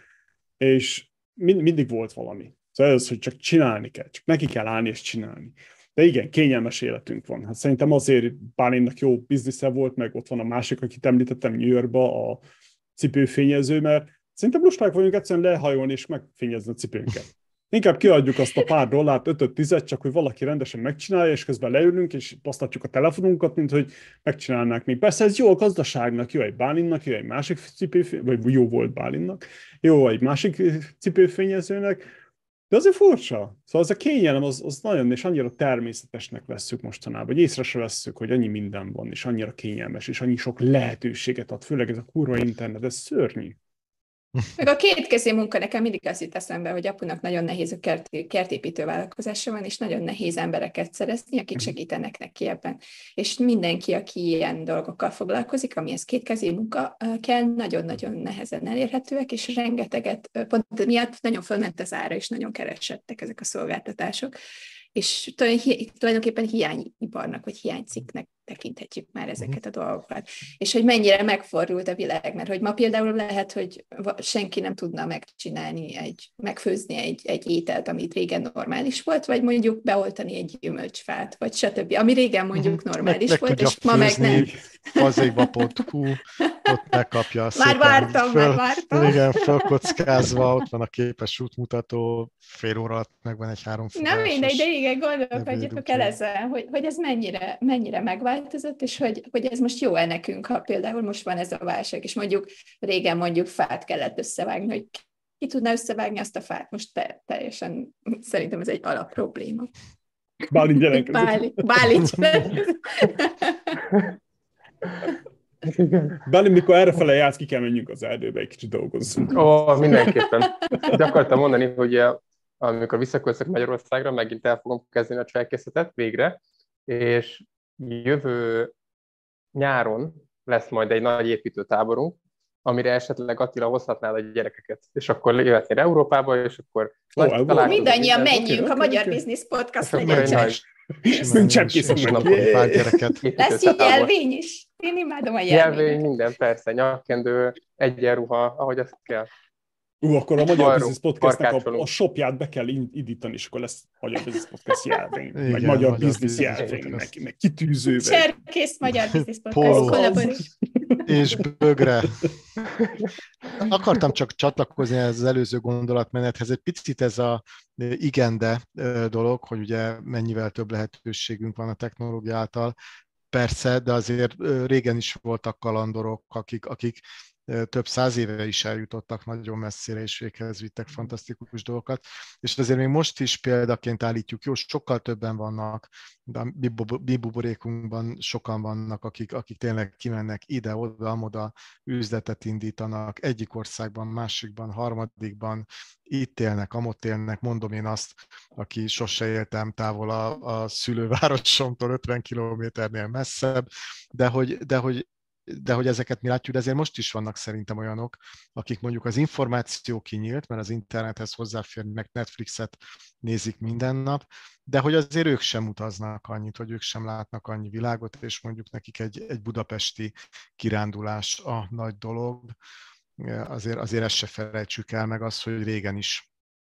[SPEAKER 5] és mind, mindig volt valami. Szóval ez, hogy csak csinálni kell, csak neki kell állni és csinálni. De igen, kényelmes életünk van. Hát szerintem azért Bálintnak jó biznisze volt, meg ott van a másik, akit említettem, New Yorkba, a cipőfényező, mert szerintem lusták vagyunk egyszerűen lehajolni és megfényezni a cipőnket. Inkább kiadjuk azt a pár dollárt, ötöt, tizet, csak hogy valaki rendesen megcsinálja, és közben leülünk, és basztatjuk a telefonunkat, mint hogy megcsinálnák még. Persze ez jó a gazdaságnak, jó egy Bálintnak, jó egy másik cipőfényezőnek, vagy jó volt Bálintnak, jó egy másik cipőfényezőnek, de azért furcsa. Szóval az a kényelem, az, az nagyon, és annyira természetesnek vesszük mostanában, hogy észre se vesszük, hogy annyi minden van, és annyira kényelmes, és annyi sok lehetőséget ad, főleg ez a kurva internet, ez szörnyű.
[SPEAKER 3] Meg a kétkezi munka, nekem mindig azt jut eszembe, hogy apunak nagyon nehéz a kert, kertépítő vállalkozása van, és nagyon nehéz embereket szerezni, akik segítenek neki ebben. És mindenki, aki ilyen dolgokkal foglalkozik, amihez kétkezi munka kell, nagyon-nagyon nehezen elérhetőek, és rengeteget, pont miatt nagyon fölment az ára, és nagyon keresettek ezek a szolgáltatások. És tulajdonképpen hiányiparnak, vagy hiánycikknek tekinthetjük már ezeket a dolgokat. És hogy mennyire megfordult a világ, mert hogy ma például lehet, hogy senki nem tudna megcsinálni, egy, megfőzni egy, egy ételt, amit régen normális volt, vagy mondjuk beoltani egy gyümölcsfát, vagy stb. Ami régen mondjuk normális meg, volt, meg és ma meg nem.
[SPEAKER 2] Fazéba pont hú, ott megkapja a
[SPEAKER 3] Már vártam, föl, már vártam.
[SPEAKER 2] Igen, fölkockázva, ott van a képes útmutató, fél óra alatt megvan egy háromfogásos.
[SPEAKER 3] Nem mindegy, de igen, gondolkodjatok el ezzel, hogy, hogy ez mennyire, mennyire megváltozott, és hogy, hogy ez most jó-e nekünk, ha például most van ez a válság, és mondjuk régen mondjuk fát kellett összevágni, hogy ki tudná összevágni azt a fát, most te, teljesen szerintem ez egy alapprobléma.
[SPEAKER 5] Bálint jelenkezik.
[SPEAKER 3] Bálint, Bálint
[SPEAKER 5] Bálint, mikor errefele jársz, ki kell menjünk az erdőbe, egy kicsit dolgozzunk.
[SPEAKER 4] Ó, mindenképpen. De akartam mondani, hogy amikor visszaköltök Magyarországra, megint el fogom kezdeni a felkészletet végre, és jövő nyáron lesz majd egy nagy építőtáborunk, amire esetleg Attila hozhatnád a gyerekeket. És akkor jöhetnél Európába, és akkor...
[SPEAKER 3] Oh, mindannyian menjünk, a Magyar Business Podcast legyen csak.
[SPEAKER 5] Nincsen készülnek
[SPEAKER 2] pár gyereket.
[SPEAKER 3] Lesz így jelvény is. Én imádom a jelvényt.
[SPEAKER 4] Jelvény, minden, persze, nyakkendő, egyenruha, ahogy azt kell.
[SPEAKER 5] Ú, akkor a Magyar Business Podcastnak a, a shopját be kell indítani, és akkor lesz Magyar Business Podcast jelvény, igen, meg Magyar Business jelvény, meg, meg kitűzővel.
[SPEAKER 3] Cserkész Magyar Business Podcast.
[SPEAKER 2] És bögre. Akartam csak csatlakozni az előző gondolatmenethez. Egy picit ez a igen-de dolog, hogy ugye mennyivel több lehetőségünk van a technológia által. Persze, de azért régen is voltak kalandorok, akik, akik több száz éve is eljutottak nagyon messzire, és véghez vittek fantasztikus dolgokat. És azért még most is példaként állítjuk, jó, sokkal többen vannak, de a mi buborékunkban sokan vannak, akik, akik tényleg kimennek ide-oda, amoda, üzletet indítanak, egyik országban, másikban, harmadikban, itt élnek, amott élnek, mondom én azt, aki sose éltem távol a, a szülővárosomtól ötven kilométernél messzebb, de hogy, de hogy de hogy ezeket mi látjuk, de azért most is vannak szerintem olyanok, akik mondjuk az információ kinyílt, mert az internethez hozzáférnek, Netflixet nézik minden nap, de hogy azért ők sem utaznak annyit, hogy ők sem látnak annyi világot, és mondjuk nekik egy, egy budapesti kirándulás a nagy dolog. Azért, azért ezt se felejtsük el, meg az, hogy régen is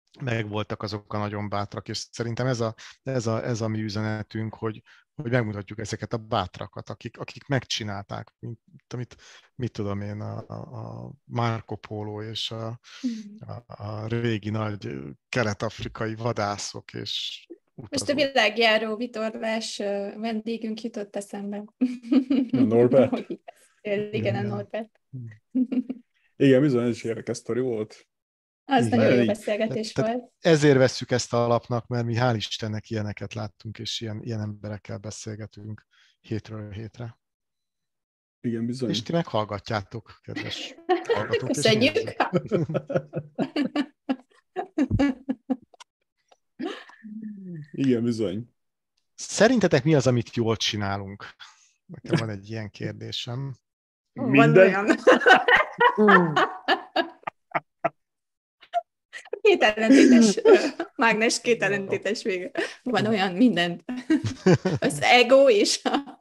[SPEAKER 2] megvoltak azok a nagyon bátrak, és szerintem ez a, ez a, ez a mi üzenetünk, hogy, hogy megmutatjuk ezeket a bátrakat, akik, akik megcsinálták, mint, amit, mit tudom én, a, a Marco Polo és a, a, a régi nagy kelet-afrikai vadászok és utazók.
[SPEAKER 3] Most a világjáró vitorlás vendégünk jutott eszembe.
[SPEAKER 5] A Norbert?
[SPEAKER 3] Igen, a Norbert.
[SPEAKER 5] Igen, bizony, ez is érdekes sztori volt.
[SPEAKER 3] Az
[SPEAKER 2] Igen.
[SPEAKER 3] nagyon jó beszélgetés
[SPEAKER 2] Tehát
[SPEAKER 3] volt.
[SPEAKER 2] Ezért vesszük ezt a alapnak, mert mi hál' Istennek ilyeneket láttunk, és ilyen, ilyen emberekkel beszélgetünk hétről hétre.
[SPEAKER 5] Igen, bizony.
[SPEAKER 2] És ti meghallgatjátok, kedves hallgatók.
[SPEAKER 3] Köszönjük!
[SPEAKER 5] Igen, bizony.
[SPEAKER 2] Szerintetek mi az, amit jól csinálunk? Nekem van egy ilyen kérdésem.
[SPEAKER 3] Van olyan. Két ellentétes mágnes, két ellentétes vége. Van olyan mindent. Az ego és a...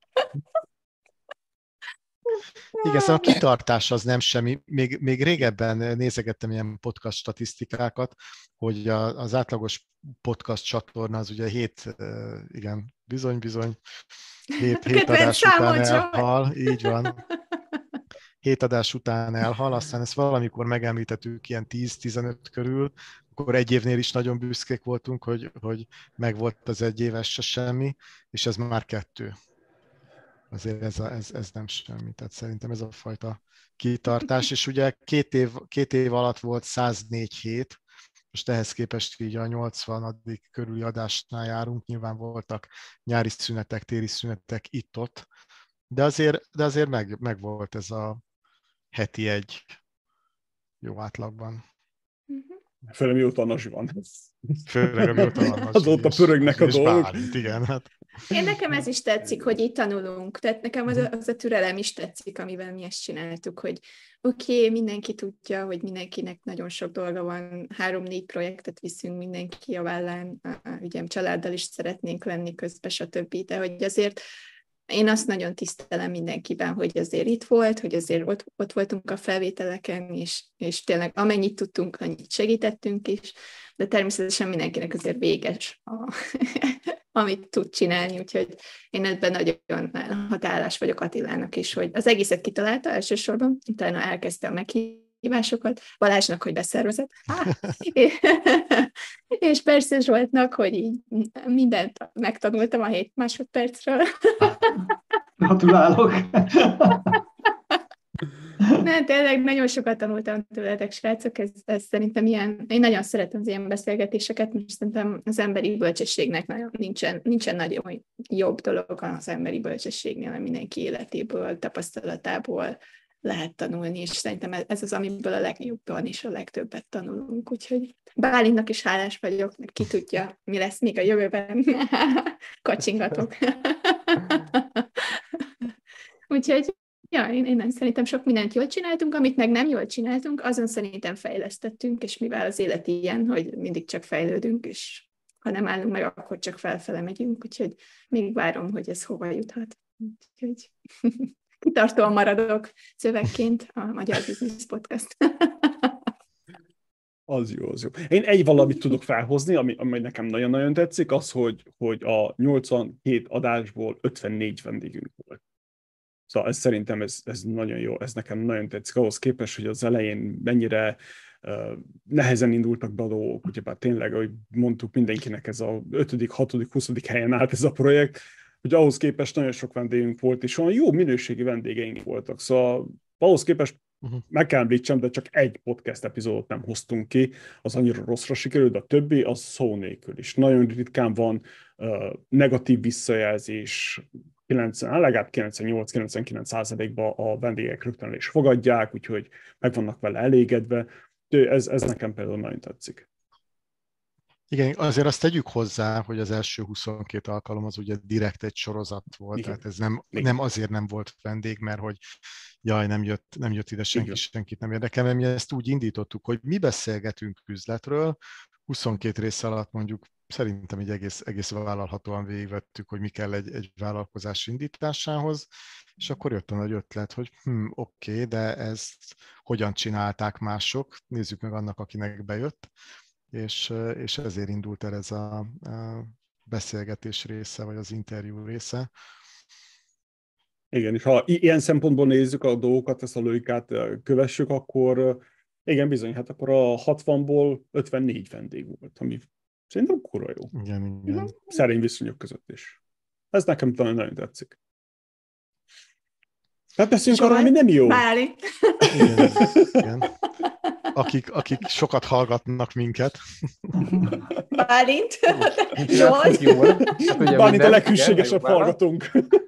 [SPEAKER 2] Igen, szóval a kitartás az nem semmi. Még, még régebben nézegettem ilyen podcast statisztikákat, hogy a, az átlagos podcast csatorna az ugye hét, igen, bizony-bizony, hét, hét adás után elhal, így van. Hét adás után elhal, aztán ezt valamikor megemlítettük ilyen tíz-tizenöt körül, akkor egy évnél is nagyon büszkék voltunk, hogy, hogy megvolt az egy éves se semmi, és ez már kettő. Azért ez, a, ez, ez nem semmi, tehát szerintem ez a fajta kitartás, és ugye két év, két év alatt volt száznégy hét, most ehhez képest így a nyolcvanadik körüli adásnál járunk, nyilván voltak nyári szünetek, téli szünetek itt-ott, de azért, de azért meg, meg volt ez a heti egy jó átlagban.
[SPEAKER 5] Főleg mióta Nazsi van.
[SPEAKER 2] Főleg mióta van Nazsi.
[SPEAKER 5] Azóta pörögnek a dolgok.
[SPEAKER 2] Bálint, igen, hát.
[SPEAKER 3] Én nekem ez is tetszik, hogy itt tanulunk. Tehát nekem az a, az a türelem is tetszik, amivel mi ezt csináltuk, hogy oké, okay, mindenki tudja, hogy mindenkinek nagyon sok dolga van, három-négy projektet viszünk mindenki a vállán, ugye családdal is szeretnénk lenni közben, stb. De hogy azért én azt nagyon tisztelem mindenkiben, hogy azért itt volt, hogy azért ott, ott voltunk a felvételeken, és, és tényleg amennyit tudtunk, annyit segítettünk is, de természetesen mindenkinek azért véges, a, amit tud csinálni, úgyhogy én ebben nagyon hatálás vagyok Attilának is, hogy az egészet kitalálta elsősorban, utána elkezdte a meghívásokat, Balázsnak, hogy beszervezett, és persze Zsoltnak, hogy így mindent megtanultam a hét másodpercről.
[SPEAKER 6] Gratulálok!
[SPEAKER 3] Nem, tényleg nagyon sokat tanultam tőletek, srácok, ez, ez szerintem ilyen, én nagyon szeretem az ilyen beszélgetéseket, most szerintem az emberi bölcsességnek nagyon nincsen, nincsen nagyon jobb dolog az emberi bölcsességnél, mert mindenki életéből, tapasztalatából lehet tanulni, és szerintem ez az, amiből a legjobban és a legtöbbet tanulunk, úgyhogy Bálintnak is hálás vagyok, mert ki tudja, mi lesz még a jövőben. Kacsingatok. Úgyhogy ja, én, én szerintem sok mindent jól csináltunk, amit meg nem jól csináltunk, azon szerintem fejlesztettünk, és mivel az élet ilyen, hogy mindig csak fejlődünk, és ha nem állunk meg, akkor csak felfele megyünk, úgyhogy még várom, hogy ez hova juthat. Úgyhogy kitartóan maradok szövegként a Magyar Business Podcast.
[SPEAKER 5] Az jó, az jó. Én egy valamit tudok felhozni, ami, ami nekem nagyon-nagyon tetszik, az, hogy, hogy a nyolcvanhét adásból ötvennégy vendégünk volt. Szóval ez szerintem ez, ez nagyon jó, ez nekem nagyon tetszik, ahhoz képest, hogy az elején mennyire uh, nehezen indultak be a dolgok, ugyebár tényleg, ahogy mondtuk, mindenkinek ez a ötödik, hatodik, huszadik helyen állt ez a projekt, hogy ahhoz képest nagyon sok vendégünk volt, és olyan jó minőségi vendégeink voltak. Szóval ahhoz képest uh-huh. meg kell említsem, de csak egy podcast epizódot nem hoztunk ki, az annyira rosszra sikerült, de a többi az szó nélkül is. Nagyon ritkán van uh, negatív visszajelzés, kilencven, legalább kilencvennyolc-kilencvenkilenc százalékban a vendégek rögtön el is fogadják, úgyhogy meg vannak vele elégedve. Ez, ez nekem például nagyon tetszik.
[SPEAKER 2] Igen, azért azt tegyük hozzá, hogy az első huszonkét alkalom az ugye direkt egy sorozat volt, igen. Tehát ez nem, nem azért nem volt vendég, mert hogy jaj, nem jött, nem jött ide senki, igen. Senkit nem érdekel, mert mi ezt úgy indítottuk, hogy mi beszélgetünk üzletről, huszonkét rész alatt mondjuk szerintem így egész, egész vállalhatóan végigvettük, hogy mi kell egy, egy vállalkozás indításához, és akkor jött a nagy ötlet, hogy hm, oké, okay, de ezt hogyan csinálták mások, nézzük meg annak, akinek bejött. és, és ezért indult el ez a, a beszélgetés része, vagy az interjú része.
[SPEAKER 5] Igen, és ha ilyen szempontból nézzük a dolgokat, ezt a logikát kövessük, akkor igen, bizony, hát akkor a hatvanból ötvennégy vendég volt, ami szerintem kurva jó.
[SPEAKER 2] Igen, igen.
[SPEAKER 5] Szerény viszonyok között is. Ez nekem nagyon tetszik. Hát beszéljünk arra, ami nem jó.
[SPEAKER 3] Bálint.
[SPEAKER 2] Igen, igen. Akik, akik sokat hallgatnak minket.
[SPEAKER 3] Bálint. Zsolt.
[SPEAKER 5] Bálint a leghűségesebb hallgatónk.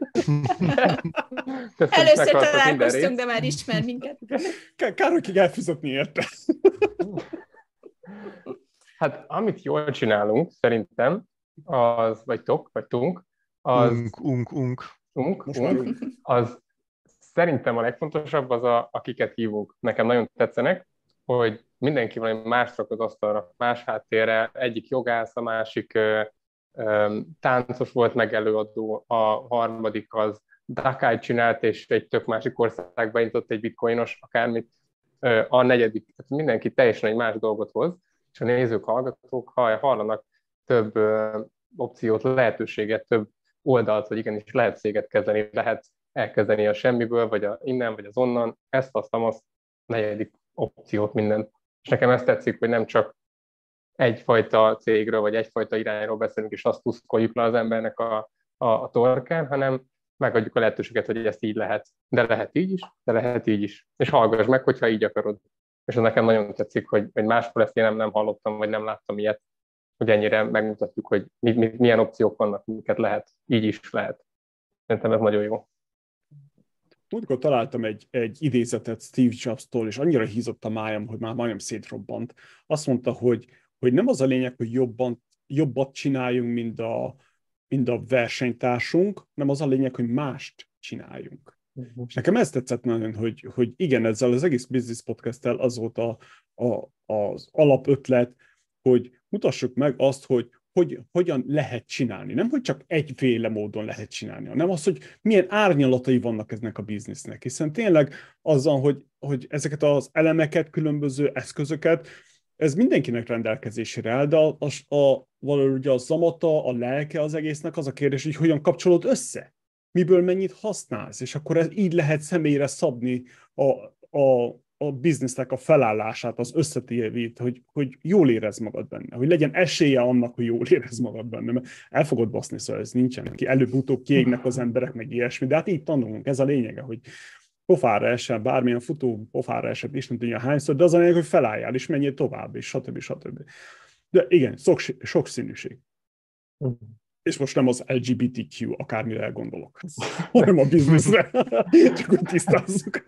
[SPEAKER 3] Először találkoztunk, de már ismer minket.
[SPEAKER 5] Kár, hogy ki elfizetni érte.
[SPEAKER 4] Hát amit jól csinálunk, szerintem, az, vagy tok, vagy tunk, az...
[SPEAKER 2] Unk, unk, unk.
[SPEAKER 4] Unk, unk, az szerintem a legfontosabb az, a, akiket hívunk. Nekem nagyon tetszenek, hogy mindenki valami más rak az asztalra, más háttérre, egyik jogász, a másik ö, ö, táncos volt meg előadó, a harmadik az Dakai csinált, és egy tök másik országba indított egy bitcoinos, akármit, ö, a negyedik, tehát mindenki teljesen egy más dolgot hoz, és a nézők, hallgatók, ha hallanak több ö, opciót, lehetőséget, több oldalt, hogy igenis lehet céget kezdeni, lehet elkezdeni a semmiből, vagy a innen, vagy az onnan, ezt, azt, azt, negyedik opciót, mindent. És nekem ezt tetszik, hogy nem csak egyfajta cégről, vagy egyfajta irányról beszélünk, és azt tuszkoljuk le az embernek a, a, a torkán, hanem megadjuk a lehetőséget, hogy ezt így lehet. De lehet így is, de lehet így is. És hallgass meg, hogyha így akarod. És ez nekem nagyon tetszik, hogy, hogy máskor ezt én nem, nem hallottam, vagy nem láttam ilyet, hogy ennyire megmutatjuk, hogy mi, mi, milyen opciók vannak, miket lehet. Így is lehet. Szerintem ez nagyon jó.
[SPEAKER 5] Múltkor találtam egy, egy idézetet Steve Jobs-tól, és annyira hízott a májam, hogy már majdnem szétrobbant. Azt mondta, hogy, hogy nem az a lényeg, hogy jobban, jobbat csináljunk, mint a, mint a versenytársunk, hanem az a lényeg, hogy mást csináljunk. Uh-huh. És nekem ez tetszett nagyon, hogy, hogy igen, ezzel az egész Business Podcast-tel az volt a, a, az alapötlet, hogy mutassuk meg azt, hogy Hogy, hogyan lehet csinálni. Nem, hogy csak egyféle módon lehet csinálni, hanem az, hogy milyen árnyalatai vannak eznek a biznisznek. Hiszen tényleg azzal, hogy, hogy ezeket az elemeket, különböző eszközöket, ez mindenkinek rendelkezésére áll, de a, a, a, valahogy a zamata, a lelke az egésznek az a kérdés, hogy hogyan kapcsolod össze. Miből mennyit használsz, és akkor ez így lehet személyre szabni a, a a biznisznek a felállását, az összetévét, hogy, hogy jól érezd magad benne, hogy legyen esélye annak, hogy jól érezd magad benne, mert el fogod baszni, szóval ez nincsen, ki előbb-utóbb kiégnek az emberek, meg ilyesmi, de hát így tanulunk, ez a lényege, hogy pofára essen, bármilyen futó pofára esett, és nem tudja hányszor, de az a lényeg, hogy felálljál, és menjél tovább, és stb. stb. De igen, sok, sok színűség. És most nem az el gé bé té kú, akármire elgondolok, hanem a bizniszre. Csak úgy tisztázzuk.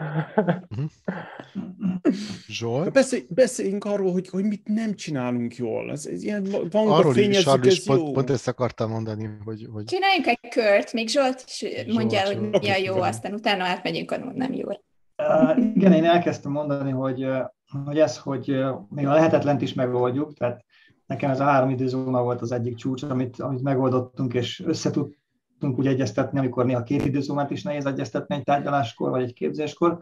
[SPEAKER 2] Zsolt?
[SPEAKER 5] Beszélj, beszéljünk arról, hogy, hogy mit nem csinálunk jól. Ez, ez ilyen, van
[SPEAKER 2] arról
[SPEAKER 5] fényezzük,
[SPEAKER 2] is,
[SPEAKER 5] ez
[SPEAKER 2] pont,
[SPEAKER 5] jó.
[SPEAKER 2] pont ezt akartam mondani, hogy... hogy...
[SPEAKER 3] Csináljunk egy kört, még Zsolt is mondja el, hogy
[SPEAKER 2] Zsolt.
[SPEAKER 3] mi a jó,
[SPEAKER 5] Okay,
[SPEAKER 3] aztán utána átmegyünk a nem jó.
[SPEAKER 6] Uh, igen, én elkezdtem mondani, hogy, hogy ez, hogy még a lehetetlent is megoldjuk, tehát nekem ez a három időzóna volt az egyik csúcs, amit, amit megoldottunk, és összetudtunk úgy egyeztetni, amikor néha két időzónát is nehéz egyeztetni egy tárgyaláskor, vagy egy képzéskor.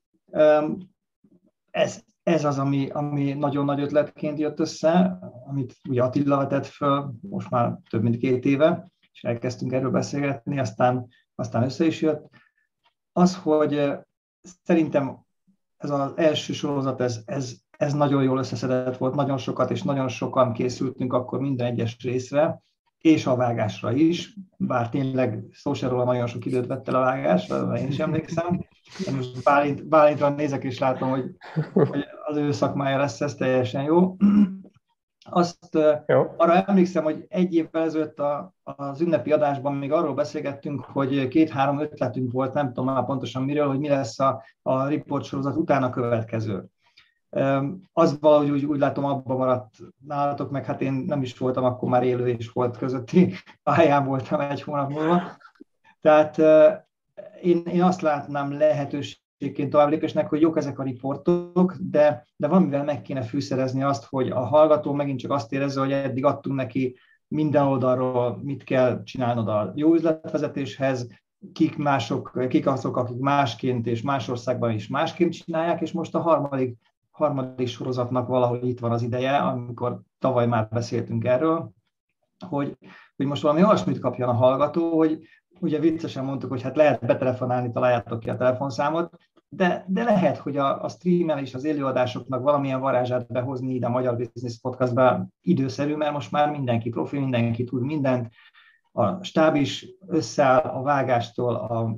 [SPEAKER 6] Ez, ez az, ami, ami nagyon nagy ötletként jött össze, amit ugye Attila vetett föl most már több mint két éve, és elkezdtünk erről beszélgetni, aztán, aztán össze is jött. Az, hogy szerintem ez az első sorozat, ez, ez, ez nagyon jól összeszedett volt, nagyon sokat és nagyon sokan készültünk akkor minden egyes részre, és a vágásra is, bár tényleg szó se róla, nagyon sok időt vett el a vágásra, én is emlékszem. Én most Bálint, Bálintra nézek és látom, hogy, hogy az ő szakmája lesz, ez teljesen jó. Azt jó. Arra emlékszem, hogy egy évvel ezelőtt a, az ünnepi adásban még arról beszélgettünk, hogy két-három ötletünk volt, nem tudom már pontosan miről, hogy mi lesz a, a riportsorozat utána következő. Az valahogy úgy, úgy látom, abban maradt nálatok, meg hát én nem is voltam, akkor már élő és volt közötti pályán voltam egy hónap múlva. Tehát én, én azt látnám lehetőségként továbblépésnek, hogy jók ezek a riportok, de, de valamivel meg kéne fűszerezni azt, hogy a hallgató megint csak azt érezze, hogy eddig adtunk neki minden oldalról, mit kell csinálnod a jó üzletvezetéshez, kik mások, kik azok, akik másként és más országban is másként csinálják, és most a harmadik harmadik sorozatnak valahogy itt van az ideje, amikor tavaly már beszéltünk erről, hogy, hogy most valami olyasmit kapjon a hallgató, hogy ugye viccesen mondtuk, hogy hát lehet betelefonálni, találjátok ki a telefonszámot, de, de lehet, hogy a, a streamelés, az élőadásoknak valamilyen varázsát behozni ide a Magyar Business Podcastba időszerű, mert most már mindenki profi, mindenki tud mindent, a stáb is összeáll a vágástól a,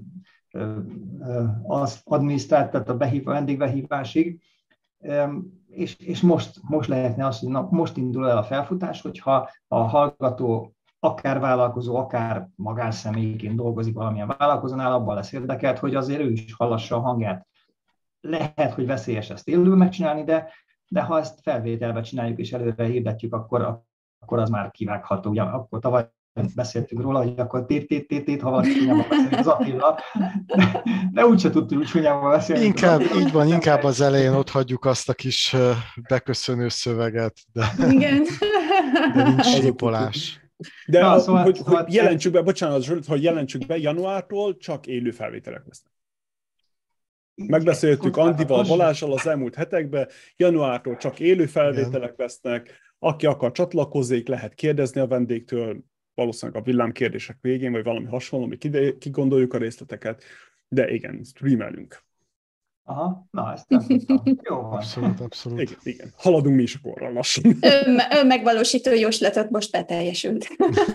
[SPEAKER 6] az adminisztrált, tehát a behív, vendégbehívásig, és, és most, most lehetne az, hogy na, most indul el a felfutás, hogyha a hallgató akár vállalkozó, akár magánszemélyként dolgozik valamilyen vállalkozónál, abban lesz érdekelt, hogy azért ő is hallassa a hangját. Lehet, hogy veszélyes ezt élőben megcsinálni, de, de ha ezt felvételbe csináljuk és előre hirdetjük, akkor, akkor az már kivágható. Ugye, akkor tavaly beszéltünk róla, hogy akkor tét-tét-tét, ha valaki csúnyában beszélik az Attila, de, de úgyse tudtuk úgy csúnyában beszélni.
[SPEAKER 2] Inkább, így van, inkább az elején ott hagyjuk azt a kis beköszönő szöveget, de,
[SPEAKER 3] igen.
[SPEAKER 2] de nincs sípolás.
[SPEAKER 5] De Na, az, szóval, hogy, szóval hogy jelentsük be, bocsánat, Zsolt, hogy jelentsük be, januártól csak élő felvételek lesznek. Megbeszéltük Andival, Balázsal az elmúlt hetekben, januártól csak élő felvételek lesznek, aki akar csatlakozzék, lehet kérdezni a vendégtől, valószínűleg a villámkérdések végén, vagy valami hasonló, mi kigondoljuk a részleteket, de igen, streamelünk.
[SPEAKER 6] Aha, na ezt nem tudtam. Jó van.
[SPEAKER 2] Abszolút, abszolút.
[SPEAKER 5] Igen, igen. Haladunk mi is a korral lassan.
[SPEAKER 3] Ön, ön megvalósító jóslatot most beteljesült.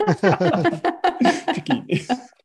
[SPEAKER 5] Csak így.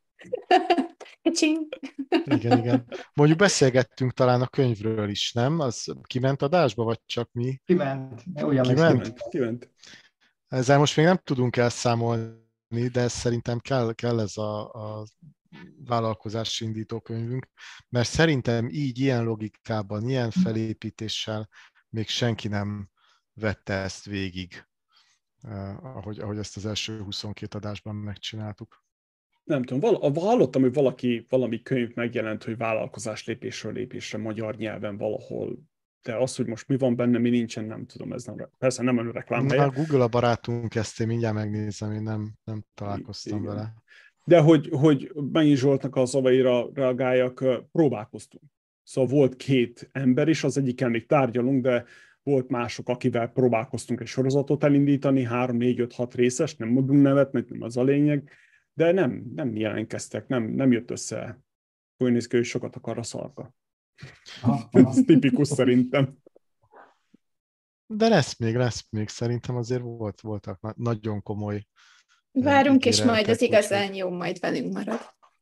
[SPEAKER 2] Igen, igen. Mondjuk beszélgettünk talán a könyvről is, nem? Az kiment adásba, vagy csak mi?
[SPEAKER 6] Kiment. Ugyan
[SPEAKER 2] kiment?
[SPEAKER 5] Kiment.
[SPEAKER 2] Ezzel most még nem tudunk elszámolni, de szerintem kell, kell ez a, a vállalkozási indító könyvünk, mert szerintem így, ilyen logikában, ilyen felépítéssel még senki nem vette ezt végig, ahogy, ahogy ezt az első huszonkét adásban megcsináltuk.
[SPEAKER 5] Nem tudom, val- hallottam, hogy valaki, valami könyv megjelent, hogy vállalkozás lépésről lépésre magyar nyelven valahol, de az, hogy most mi van benne, mi nincsen, nem tudom, ez nem, persze nem olyan reklám helye.
[SPEAKER 2] A Google a barátunk, ezt én mindjárt megnézem, én nem, nem találkoztam Igen. vele.
[SPEAKER 5] De hogy, hogy Mennyi Zsoltnak a szavaira reagáljak, próbálkoztunk. Szóval volt két ember is, az egyikkel még tárgyalunk, de volt mások, akivel próbálkoztunk egy sorozatot elindítani, három, négy, öt, hat részes, nem mondunk nevet, mert nem az a lényeg, de nem, nem jelentkeztek, nem, nem jött össze. Úgy néz ki, hogy sokat akar a szarka. Ez tipikus szerintem.
[SPEAKER 2] De lesz még, lesz még. Szerintem azért volt, voltak nagyon komoly.
[SPEAKER 3] Várunk, és majd az igazán jó majd velünk marad.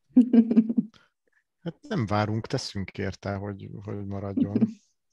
[SPEAKER 2] Hát nem várunk, teszünk érte, hogy, hogy maradjon.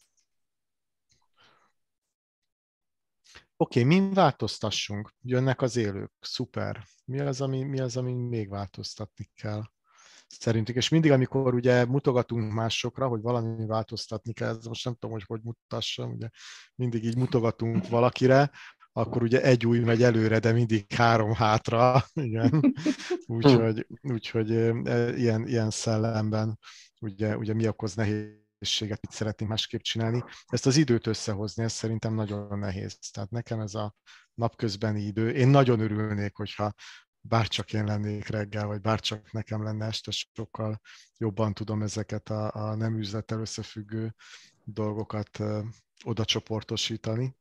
[SPEAKER 2] Oké, okay, min változtassunk? Jönnek az élők, szuper. Mi az, ami, mi az, ami még változtatni kell? Szerintük, és mindig, amikor ugye mutogatunk másokra, hogy valami változtatni kell, ez most nem tudom, hogy hogy mutassam, ugye mindig így mutogatunk valakire, akkor ugye egy új megy előre, de mindig három hátra, igen. Úgyhogy, úgyhogy ilyen, ilyen szellemben ugye, ugye mi okoz nehézséget, mit szeretnénk másképp csinálni. Ezt az időt összehozni, ez szerintem nagyon nehéz. Tehát nekem ez a napközbeni idő, én nagyon örülnék, hogyha bárcsak én lennék reggel, vagy bárcsak nekem lenne este, sokkal jobban tudom ezeket a, a nem üzlettel összefüggő dolgokat ö, oda csoportosítani.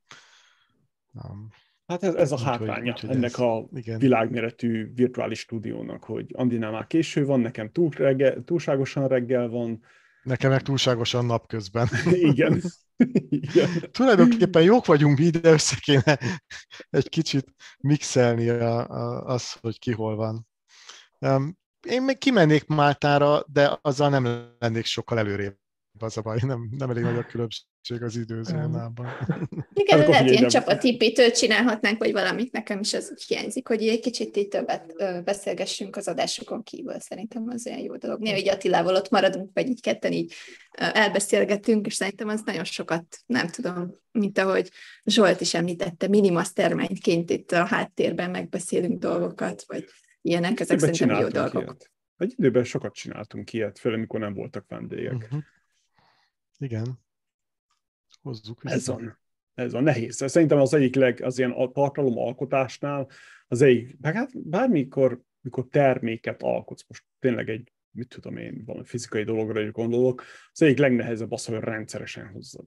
[SPEAKER 2] Um,
[SPEAKER 5] hát ez, ez a hátránya úgy, ennek ez, a igen. világméretű virtuális stúdiónak, hogy Andinál már késő van, nekem túl reggel, túlságosan reggel van.
[SPEAKER 2] Nekem meg túlságosan napközben.
[SPEAKER 5] Igen. Igen.
[SPEAKER 2] Tulajdonképpen jók vagyunk mi, de össze kéne egy kicsit mixelni a, a, az, hogy ki hol van. Um, én még kimennék Máltára, de azzal nem lennék sokkal előrébb. Az a baj, nem, nem elég nagy a különbség az időzónában.
[SPEAKER 3] Igen, lehet ilyen csapatépítőt csinálhatnánk, vagy valamit, nekem is ez hiányzik, hogy egy kicsit így többet beszélgessünk az adásokon kívül, szerintem az olyan jó dolog. Néha így Attilával ott maradunk, vagy így ketten így elbeszélgetünk, és szerintem az nagyon sokat, nem tudom, mint ahogy Zsolt is említette, minimastermindként itt a háttérben megbeszélünk dolgokat, vagy ilyenek, ezek
[SPEAKER 5] Ebben
[SPEAKER 3] szerintem jó dolgok.
[SPEAKER 5] Ilyet. Egy időben sokat csináltunk ilyet, főleg amikor nem voltak vendégek.
[SPEAKER 2] Uh-huh. Igen. Hozzuk vissza.
[SPEAKER 5] Ez van. Ez van. Nehéz. Szerintem az egyik leg, az ilyen tartalomalkotásnál, az egyik, hát bármikor, mikor terméket alkotsz, most tényleg egy, mit tudom én, valami fizikai dologra is gondolok, az egyik legnehezebb az, hogy rendszeresen hozzad.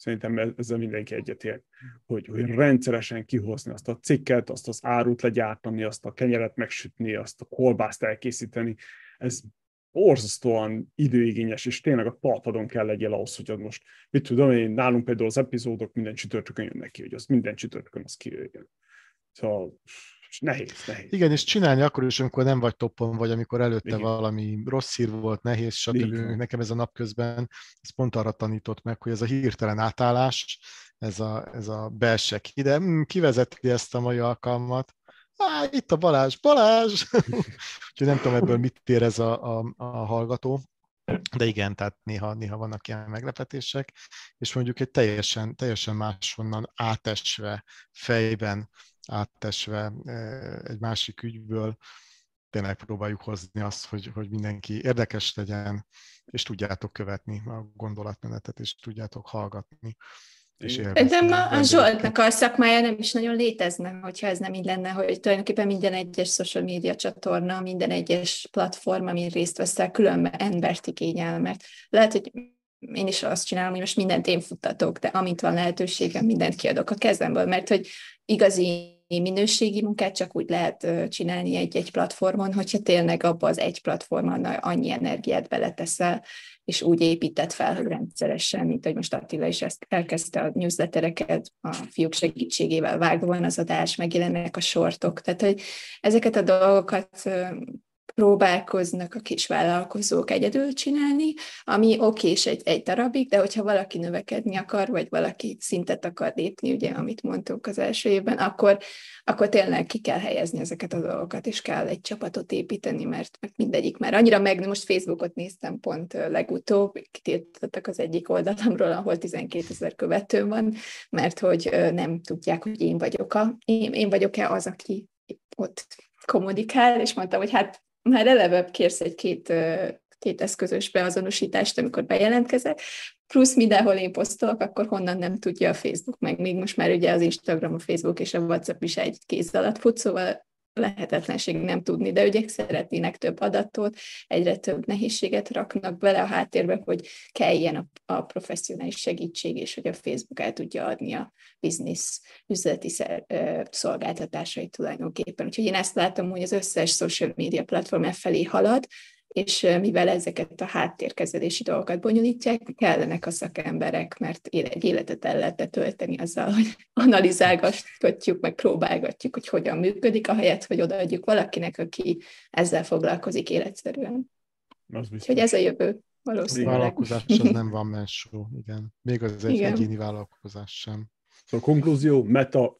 [SPEAKER 5] Szerintem ezzel mindenki egyetért, hogy, hogy rendszeresen kihozni azt a cikket, azt az árut legyártani, azt a kenyeret megsütni, azt a kolbászt elkészíteni. Ez borzasztóan időigényes, és tényleg a talpadon kell legyél ahhoz, hogy most, mit tudom én, nálunk például az epizódok minden csütörtökön jönnek ki, hogy az minden csütörtökön az kijöjjön. Szóval nehéz, nehéz.
[SPEAKER 2] Igen, és csinálni akkor is, amikor nem vagy toppon, vagy amikor előtte
[SPEAKER 5] Igen.
[SPEAKER 2] valami rossz hír volt, nehéz, stb. Nekem ez a napközben, ez pont arra tanított meg, hogy ez a hirtelen átállás, ez a, ez a belsek ide, hm, kivezeti ezt a mai alkalmat. Á, itt a Balázs, Balázs! Úgyhogy nem tudom ebből mit érez a, a, a hallgató, de igen, tehát néha, néha vannak ilyen meglepetések, és mondjuk egy teljesen, teljesen máshonnan átesve, fejben átesve egy másik ügyből, tényleg próbáljuk hozni azt, hogy, hogy mindenki érdekes legyen, és tudjátok követni a gondolatmenetet, és tudjátok hallgatni. És
[SPEAKER 3] de a, a Zsoltnak a szakmája nem is nagyon létezne, hogyha ez nem így lenne, hogy tulajdonképpen minden egyes social media csatorna, minden egyes platform, amin részt veszel, különben embert igényel, mert lehet, hogy én is azt csinálom, hogy most mindent én futtatok, de amint van lehetőségem, mindent kiadok a kezemből, mert hogy igazi minőségi munkát csak úgy lehet csinálni egy-egy platformon, hogyha tényleg abba az egy platformon annyi energiát beleteszel, és úgy épített fel, hogy rendszeresen, mint hogy most Attila is ezt elkezdte a newslettereket, a fiúk segítségével vágva van az adás, megjelennek a sortok. Tehát, hogy ezeket a dolgokat próbálkoznak a kisvállalkozók egyedül csinálni, ami okés egy, egy darabig, de hogyha valaki növekedni akar, vagy valaki szintet akar lépni, ugye, amit mondtunk az első évben, akkor, akkor tényleg ki kell helyezni ezeket a dolgokat, és kell egy csapatot építeni, mert, mert mindegyik már annyira meg, most Facebookot néztem pont legutóbb, kitiltottak az egyik oldalamról, ahol tizenkétezer követőm van, mert hogy nem tudják, hogy én vagyok a, én, én vagyok-e az, aki ott kommunikál, és mondtam, hogy hát már eleve kérsz egy két, két eszközös beazonosítást, amikor bejelentkezek, plusz mindenhol én posztolok, akkor honnan nem tudja a Facebook meg. Még most már ugye az Instagram, a Facebook és a WhatsApp is egy kéz alatt fut, szóval lehetetlenség nem tudni, de ugye szeretnének több adatot, egyre több nehézséget raknak bele a háttérbe, hogy kelljen a, a professzionális segítség, és hogy a Facebook el tudja adni a biznisz üzleti szer, ö, szolgáltatásait tulajdonképpen. Úgyhogy én ezt látom, hogy az összes social media platform felé halad, és mivel ezeket a háttérkezelési dolgokat bonyolítják, kellenek a szakemberek, mert egy életet el lehet tölteni azzal, hogy analizálgatjuk, meg próbálgatjuk, hogy hogyan működik, ahelyett, hogy odaadjuk valakinek, aki ezzel foglalkozik életszerűen. Úgyhogy ez a jövő valószínűleg.
[SPEAKER 2] Vállalkozás az nem van mensó, igen. Még az egy igen. egyéni vállalkozás sem.
[SPEAKER 5] A konklúzió, meta,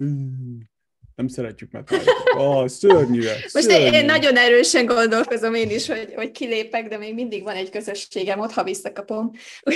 [SPEAKER 5] nem szeretjük metállítani. Ah, szörnyűek,
[SPEAKER 3] Most én, én nagyon erősen gondolkozom én is, hogy, hogy kilépek, de még mindig van egy közösségem, ott ha visszakapom.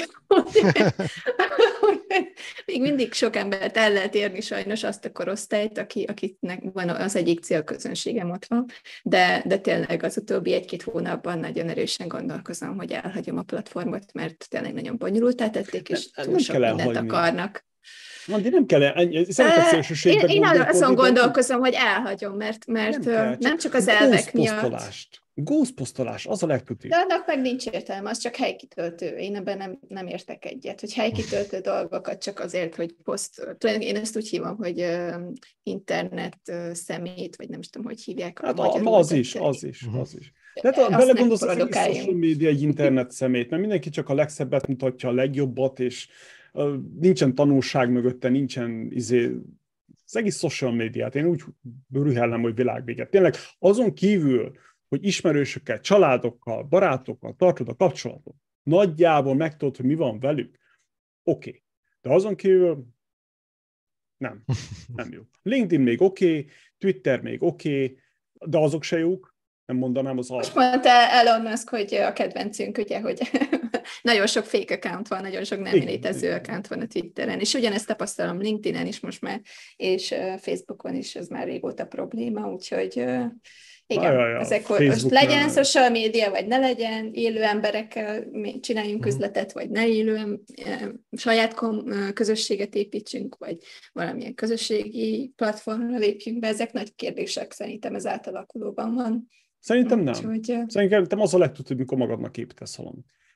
[SPEAKER 3] Még mindig sok embert el lehet érni sajnos azt a korosztályt, aki, akiknek van az egyik célközönségem ott van, de, de tényleg az utóbbi egy-két hónapban nagyon erősen gondolkozom, hogy elhagyom a platformot, mert tényleg nagyon bonyolultá tették, és túl nem sok mindent elhagyni. Akarnak.
[SPEAKER 5] Andi, nem kell ennyi, szeretek
[SPEAKER 3] Én, én azon gondolkozom, hogy elhagyom, mert, mert nem, kell, nem csak az elvek miatt.
[SPEAKER 5] Gózposztolás, az a legtutibb.
[SPEAKER 3] De annak meg nincs értelme, az csak helykitöltő. Én ebben nem, nem értek egyet, hogy helykitöltő dolgokat csak azért, hogy poszt... Én ezt úgy hívom, hogy internet szemét, vagy nem tudom, hogy hívják.
[SPEAKER 5] Hát a, az, is, az is, az is. Tehát belegondolsz, az egész social media egy internet szemét, mert mindenki csak a legszebbet mutatja, a legjobbat, és nincsen tanulság mögötte, nincsen izé, az egész social médiát, én úgy rühellem, hogy világvéget. Tényleg azon kívül, hogy ismerősökkel, családokkal, barátokkal tartod a kapcsolatot, nagyjából megtudod, hogy mi van velük, oké. Okay. De azon kívül nem, nem jó. LinkedIn még oké, okay, Twitter még oké, okay, de azok se jók, nem mondanám az
[SPEAKER 3] Most mondta Elon Musk, hogy a kedvencünk, ugye, hogy nagyon sok fake account van, nagyon sok nem igen, létező igen. account van a Twitteren, és ugyanezt tapasztalom LinkedIn-en is most már, és Facebookon is ez már régóta probléma, úgyhogy igen, ah, ja, ja. ezek, hogy most legyen social media, vagy ne legyen, élő emberekkel csináljunk uh-huh. üzletet, vagy ne élő, saját kom- közösséget építsünk, vagy valamilyen közösségi platformra lépjünk be, ezek nagy kérdések, szerintem ez átalakulóban van.
[SPEAKER 5] Szerintem nem. Úgyhogy... Szerintem az a legtöbb, hogy mikor magadnak építesz valamit.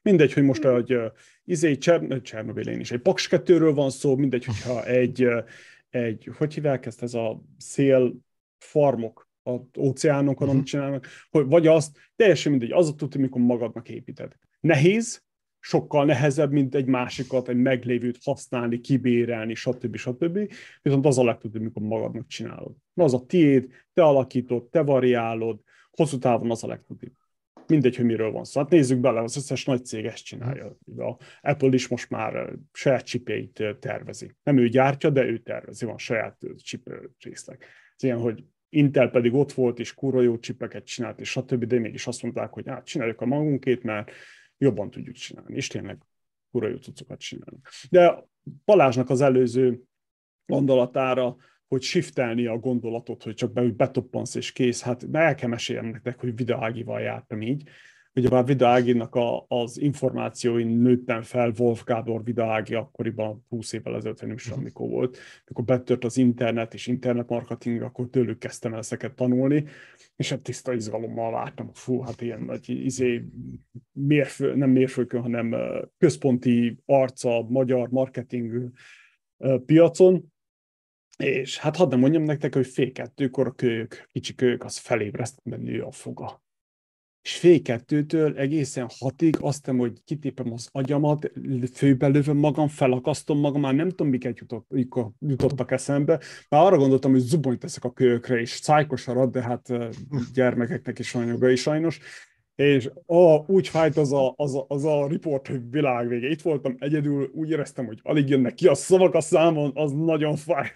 [SPEAKER 5] Mindegy, hogy most egy uh, izé, Cser- Csernobylén is egy Paks kettőről van szó, mindegy, hogyha egy, uh, egy hogy hívják ezt, ez a szélfarmok az óceánokon, uh-huh. amit csinálnak, hogy, vagy azt, teljesen mindegy, az a tudni, mikor magadnak építed. Nehéz, sokkal nehezebb, mint egy másikat, egy meglévőt használni, kibérelni, stb. stb. Viszont az a legtöbb, amikor magadnak csinálod. Az a tiéd, te alakítod, te variálod, hosszú távon az a legtöbb. Mindegy, hogy miről van szó. Hát nézzük bele, az összes nagy cég ezt csinálja. A Apple is most már saját csipjeit tervezi. Nem ő gyártja, de ő tervezi, van saját chip részleg. Ez ilyen, hogy Intel pedig ott volt, és kurva jó csipeket csinált, és stb., de mégis azt mondták, hogy hát csináljuk a magunkét, mert jobban tudjuk csinálni, és tényleg kurva jó cuccokat csinálni. De Balázsnak az előző gondolatára, hogy shiftelni a gondolatot, hogy csak be, hogy betoppansz és kész, hát el kell meséljem nektek, hogy Vida Ágival jártam így. Ugye már Vida Áginak a, az információin nőttem fel, Wolf Gábor Vida Ági akkoriban húsz évvel ezelőtt, nem is amikor volt, amikor betört az internet és internetmarketing, akkor tőlük kezdtem el ezeket tanulni, és hát tiszta izgalommal vártam, fú, hát ilyen nagy izé, mérfő, nem mérfőkön, hanem központi arca magyar marketing piacon, és hát hadd nem mondjam nektek, hogy fél kettőkor a kölyök, kicsi kölyök, az felébresztve nő a foga. És fél kettőtől egészen hatig azt hiszem, hogy kitépem az agyamat, főbelövöm magam, felakasztom magam, már nem tudom, miket jutott, jutottak eszembe. Már arra gondoltam, hogy zubonyt teszek a kölyökre, és szájkosarat, de hát gyermekeknek is anyagai sajnos. És ó, úgy fájt az a, az, a, az a riport, hogy világvége. Itt voltam egyedül, úgy éreztem, hogy alig jönnek ki a szavak a számon, az nagyon fájt.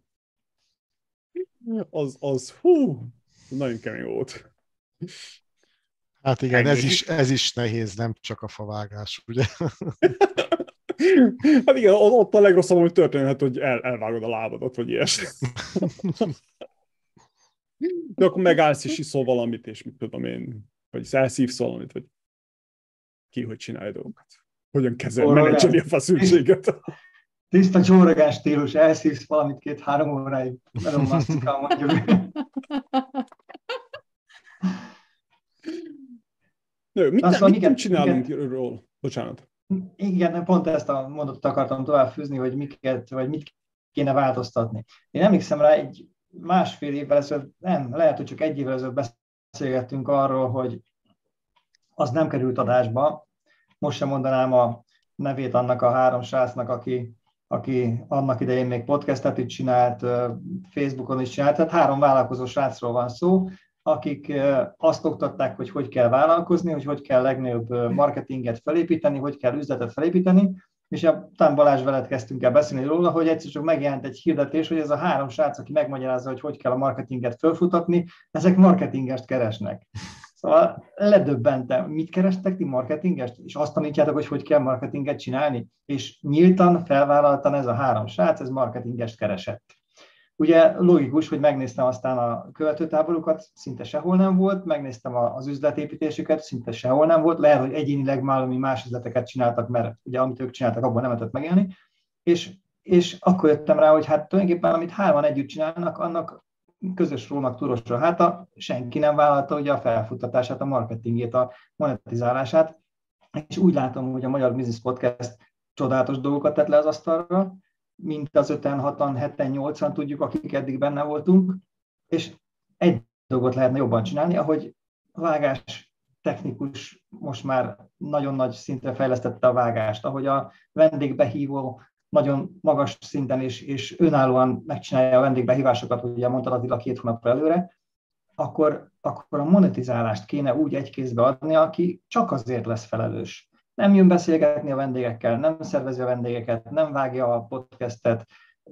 [SPEAKER 5] Az, az, hú, nagyon kemény volt.
[SPEAKER 2] Hát igen, ez is, ez is nehéz, nem csak a favágás, ugye?
[SPEAKER 5] Hát igen, ott a legrosszabb, hogy történhet, hogy el, elvágod a lábadat, vagy ilyesmi. De akkor megállsz és iszol valamit, és mit tudom én, vagy elszívsz valamit, vagy ki, hogy csinálja dolgokat. Hogyan kezel, menedzseli a feszültséget.
[SPEAKER 6] Tiszta Joe Rogan stílus, elszívsz valamit két-három óráig. Elon Musk-kal mondjuk.
[SPEAKER 5] Nő, mit, nem, mit nem csinálunk róla? Bocsánat.
[SPEAKER 6] Igen, pont ezt a mondatot akartam továbbfűzni, hogy miket, vagy mit kéne változtatni. Én emlékszem rá, egy másfél évvel ezelőtt, nem, lehet, hogy csak egy évvel ezelőtt beszélgettünk arról, hogy az nem került adásba. Most sem mondanám a nevét annak a három srácnak, aki, aki annak idején még podcastet is csinált, Facebookon is csinált, tehát három vállalkozó srácról van szó, akik azt oktatták, hogy hogy kell vállalkozni, hogy hogy kell legnagyobb marketinget felépíteni, hogy kell üzletet felépíteni, és talán Balázs veled kezdtünk el beszélni róla, hogy egyszer csak megjelent egy hirdetés, hogy ez a három srác, aki megmagyarázza, hogy hogy kell a marketinget felfutatni, ezek marketingest keresnek. Szóval ledöbbentem, mit kerestek ti marketingest? És azt tanítjátok, hogy hogy kell marketinget csinálni? És nyíltan, felvállaltan ez a három srác, ez marketingest keresett. Ugye logikus, hogy megnéztem aztán a követőtáborokat, szinte sehol nem volt, megnéztem az üzletépítésüket, szinte sehol nem volt, lehet, hogy egyénileg már valami más üzleteket csináltak, mert ugye amit ők csináltak, abban nem lehetett megélni, és, és akkor jöttem rá, hogy hát tulajdonképpen amit hárman együtt csinálnak, annak közös rónak túrosra háta, senki nem vállalta ugye a felfuttatását, a marketingét, a monetizálását, és úgy látom, hogy a Magyar Business Podcast csodálatos dolgokat tett le az asztalra, mint az öten, hatan, heten, nyolcan tudjuk, akik eddig benne voltunk, és egy dolgot lehetne jobban csinálni, ahogy a vágás technikus most már nagyon nagy szinten fejlesztette a vágást, ahogy a vendégbehívó nagyon magas szinten és, és önállóan megcsinálja a vendégbehívásokat, ugye mondtad Attila két hónapra előre, akkor, akkor a monetizálást kéne úgy egy kézbe adni, aki csak azért lesz felelős. Nem jön beszélgetni a vendégekkel, nem szervezi a vendégeket, nem vágja a podcastet,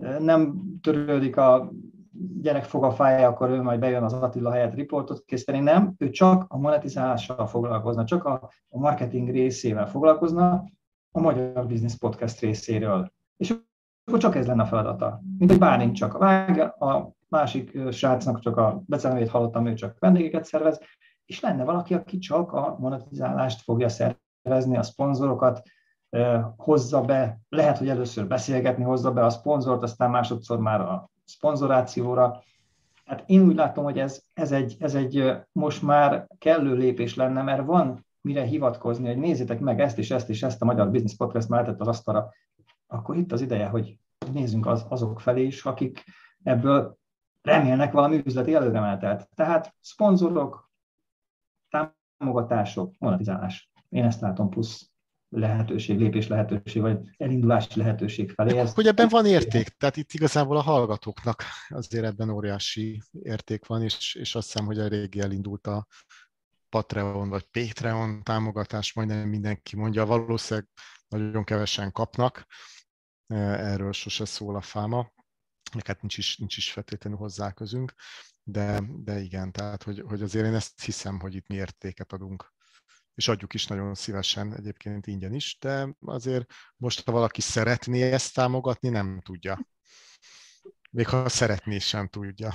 [SPEAKER 6] nem törődik a gyerek fog a fája, akkor ő majd bejön az Attila helyett riportot készíteni, nem, ő csak a monetizálással foglalkozna, csak a, a marketing részével foglalkozna, a Magyar Business Podcast részéről. És akkor csak ez lenne a feladata. Mint hogy Bálint csak vágja, a másik srácnak csak a becenevét hallottam, ő csak vendégeket szervez, és lenne valaki, aki csak a monetizálást fogja szervezni, a szponzorokat eh, hozza be, lehet, hogy először beszélgetni hozza be a szponzort, aztán másodszor már a szponzorációra. Hát én úgy látom, hogy ez, ez, egy, ez egy most már kellő lépés lenne, mert van mire hivatkozni, hogy nézzétek meg ezt és ezt és ezt a Magyar Business Podcast mellett az asztalra, akkor itt az ideje, hogy nézzünk az, azok felé is, akik ebből remélnek valami üzleti előremenetelt. Tehát szponzorok, támogatások, monetizálás. Én ezt látom, plusz lehetőség, lépés lehetőség, vagy elindulási lehetőség felé. Ez...
[SPEAKER 2] Hogy ebben van érték, tehát itt igazából a hallgatóknak azért ebben óriási érték van, és, és azt hiszem, hogy a régi elindult a Patreon vagy Patreon támogatás, majdnem mindenki mondja, valószínűleg nagyon kevesen kapnak, erről sose szól a fáma, hát nincs is, nincs is feltétlenül hozzá közünk, de, de igen, tehát hogy, hogy azért én ezt hiszem, hogy itt mi értéket adunk. És adjuk is nagyon szívesen, egyébként ingyen is, de azért most, ha valaki szeretné ezt támogatni, nem tudja. Még ha szeretné, sem tudja.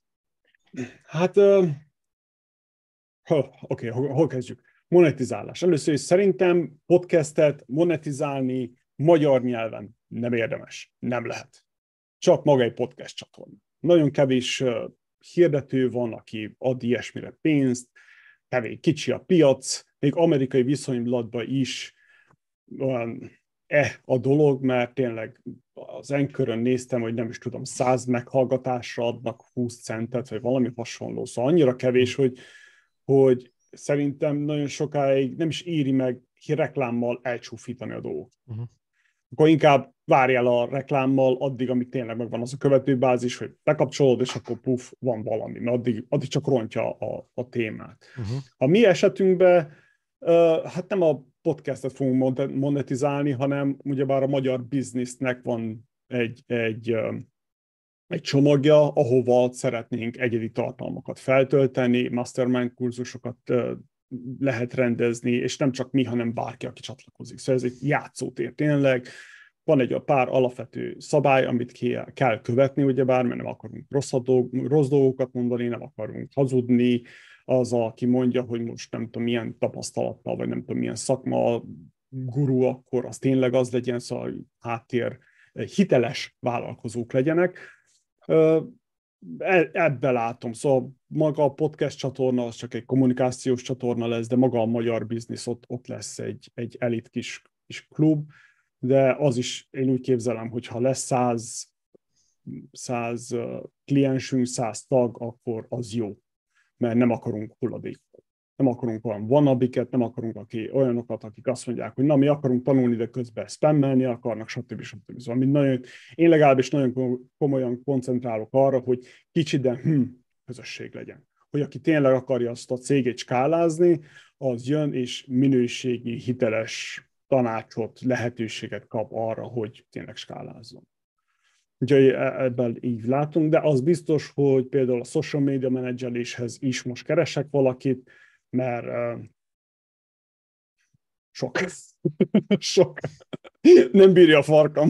[SPEAKER 5] Hát, uh, oké, okay, hol, hol kezdjük? Monetizálás. Először is szerintem podcastet monetizálni magyar nyelven nem érdemes. Nem lehet. Csak maga egy podcast csatorna. Nagyon kevés uh, hirdető van, aki ad ilyesmire pénzt, kevés kicsi a piac, még amerikai viszonylatban is olyan e a dolog, mert tényleg az Anchor-ön néztem, hogy nem is tudom, száz meghallgatásra adnak húsz centet, vagy valami hasonló. Szóval annyira kevés, hogy, hogy szerintem nagyon sokáig nem is éri meg reklámmal elcsúfítani a dolgot. Uh-huh. Akkor inkább várjál a reklámmal addig, amíg tényleg megvan az a követőbázis, hogy bekapcsolod, és akkor puf, van valami, mert addig, addig csak rontja a, a témát. Uh-huh. A mi esetünkben uh, hát nem a podcastet fogunk monetizálni, hanem ugyebár a magyar biznisznek van egy, egy, uh, egy csomagja, ahova szeretnénk egyedi tartalmakat feltölteni, mastermind kurzusokat uh, lehet rendezni, és nem csak mi, hanem bárki, aki csatlakozik. Szóval ez egy játszótér tényleg. Van egy pár alapvető szabály, amit kell követni, ugyebár, mert nem akarunk rossz, dolg, rossz dolgokat mondani, nem akarunk hazudni. Az, aki mondja, hogy most nem tudom, milyen tapasztalattal, vagy nem tudom, milyen szakma guru, akkor az tényleg az legyen, szóval háttér hiteles vállalkozók legyenek. Ebbe látom, szóval maga a podcast csatorna az csak egy kommunikációs csatorna lesz, de maga a magyar biznisz ott, ott lesz egy, egy elit kis, kis klub, de az is, én úgy képzelem, hogy ha lesz száz, száz kliensünk, száz tag, akkor az jó, mert nem akarunk hulladékot. Nem akarunk olyan wannabiket, nem akarunk aki, olyanokat, akik azt mondják, hogy na, mi akarunk tanulni, de közben spammelni akarnak, stb. stb. Szóval nagyon, én legalábbis nagyon komolyan koncentrálok arra, hogy kicsi, de hm, közösség legyen. Hogy aki tényleg akarja azt a cégét skálázni, az jön és minőségi, hiteles tanácsot, lehetőséget kap arra, hogy tényleg skálázzon. Úgyhogy ebben így látunk, de az biztos, hogy például a social media menedzseléshez is most keresek valakit, mert uh, sok. sok. Nem bírja a farkam.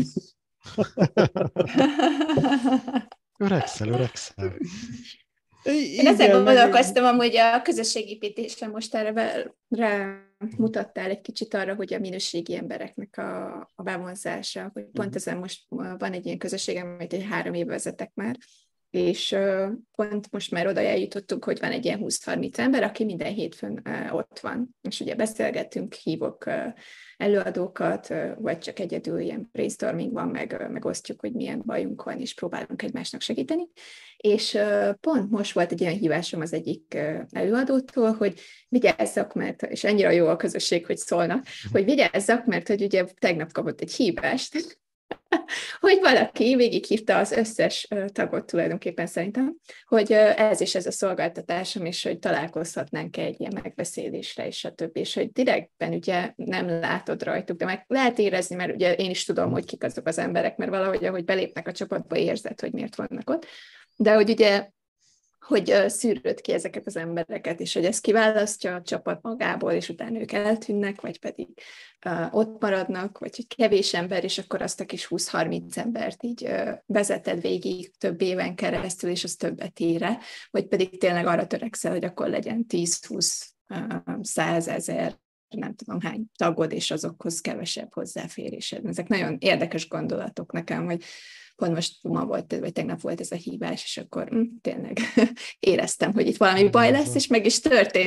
[SPEAKER 2] Öregszel, öregszel.
[SPEAKER 3] Én ezen gondolkoztam amúgy a közösségépítésre, most erre rá mutattál egy kicsit arra, hogy a minőségi embereknek a, a bevonzása, hogy pont ezen most van egy ilyen közösségem, amit egy három év vezetek már, és pont most már oda eljutottunk, hogy van egy ilyen húsz-harminc ember, aki minden hétfőn ott van. És ugye beszélgettünk, hívok előadókat, vagy csak egyedül ilyen brainstorming van, meg megosztjuk, hogy milyen bajunk van, és próbálunk egymásnak segíteni. És pont most volt egy ilyen hívásom az egyik előadótól, hogy vigyázzak, mert, és ennyire jó a közösség, hogy szólnak, hogy vigyázzak, mert hogy ugye tegnap kapott egy hívást, hogy valaki végighívta az összes tagot tulajdonképpen szerintem, hogy ez is ez a szolgáltatásom, és hogy találkozhatnánk egy ilyen megbeszélésre, és a többi, és hogy direktben ugye nem látod rajtuk, de meg lehet érezni, mert ugye én is tudom, hogy kik azok az emberek, mert valahogy, ahogy belépnek a csapatba, érzed, hogy miért vannak ott. De hogy ugye, hogy szűröd ki ezeket az embereket, és hogy ez kiválasztja a csapat magából, és utána ők eltűnnek, vagy pedig uh, ott maradnak, vagy hogy kevés ember, és akkor azt a kis húsz-harminc embert így uh, vezeted végig több éven keresztül, és az többet ére, vagy pedig tényleg arra törekszel, hogy akkor legyen tíz-húsz, százezer, nem tudom hány tagod, és azokhoz kevesebb hozzáférésed. Ezek nagyon érdekes gondolatok nekem, hogy pont most ma volt, vagy tegnap volt ez a hívás, és akkor hm, tényleg éreztem, hogy itt valami baj lesz, és meg is történt.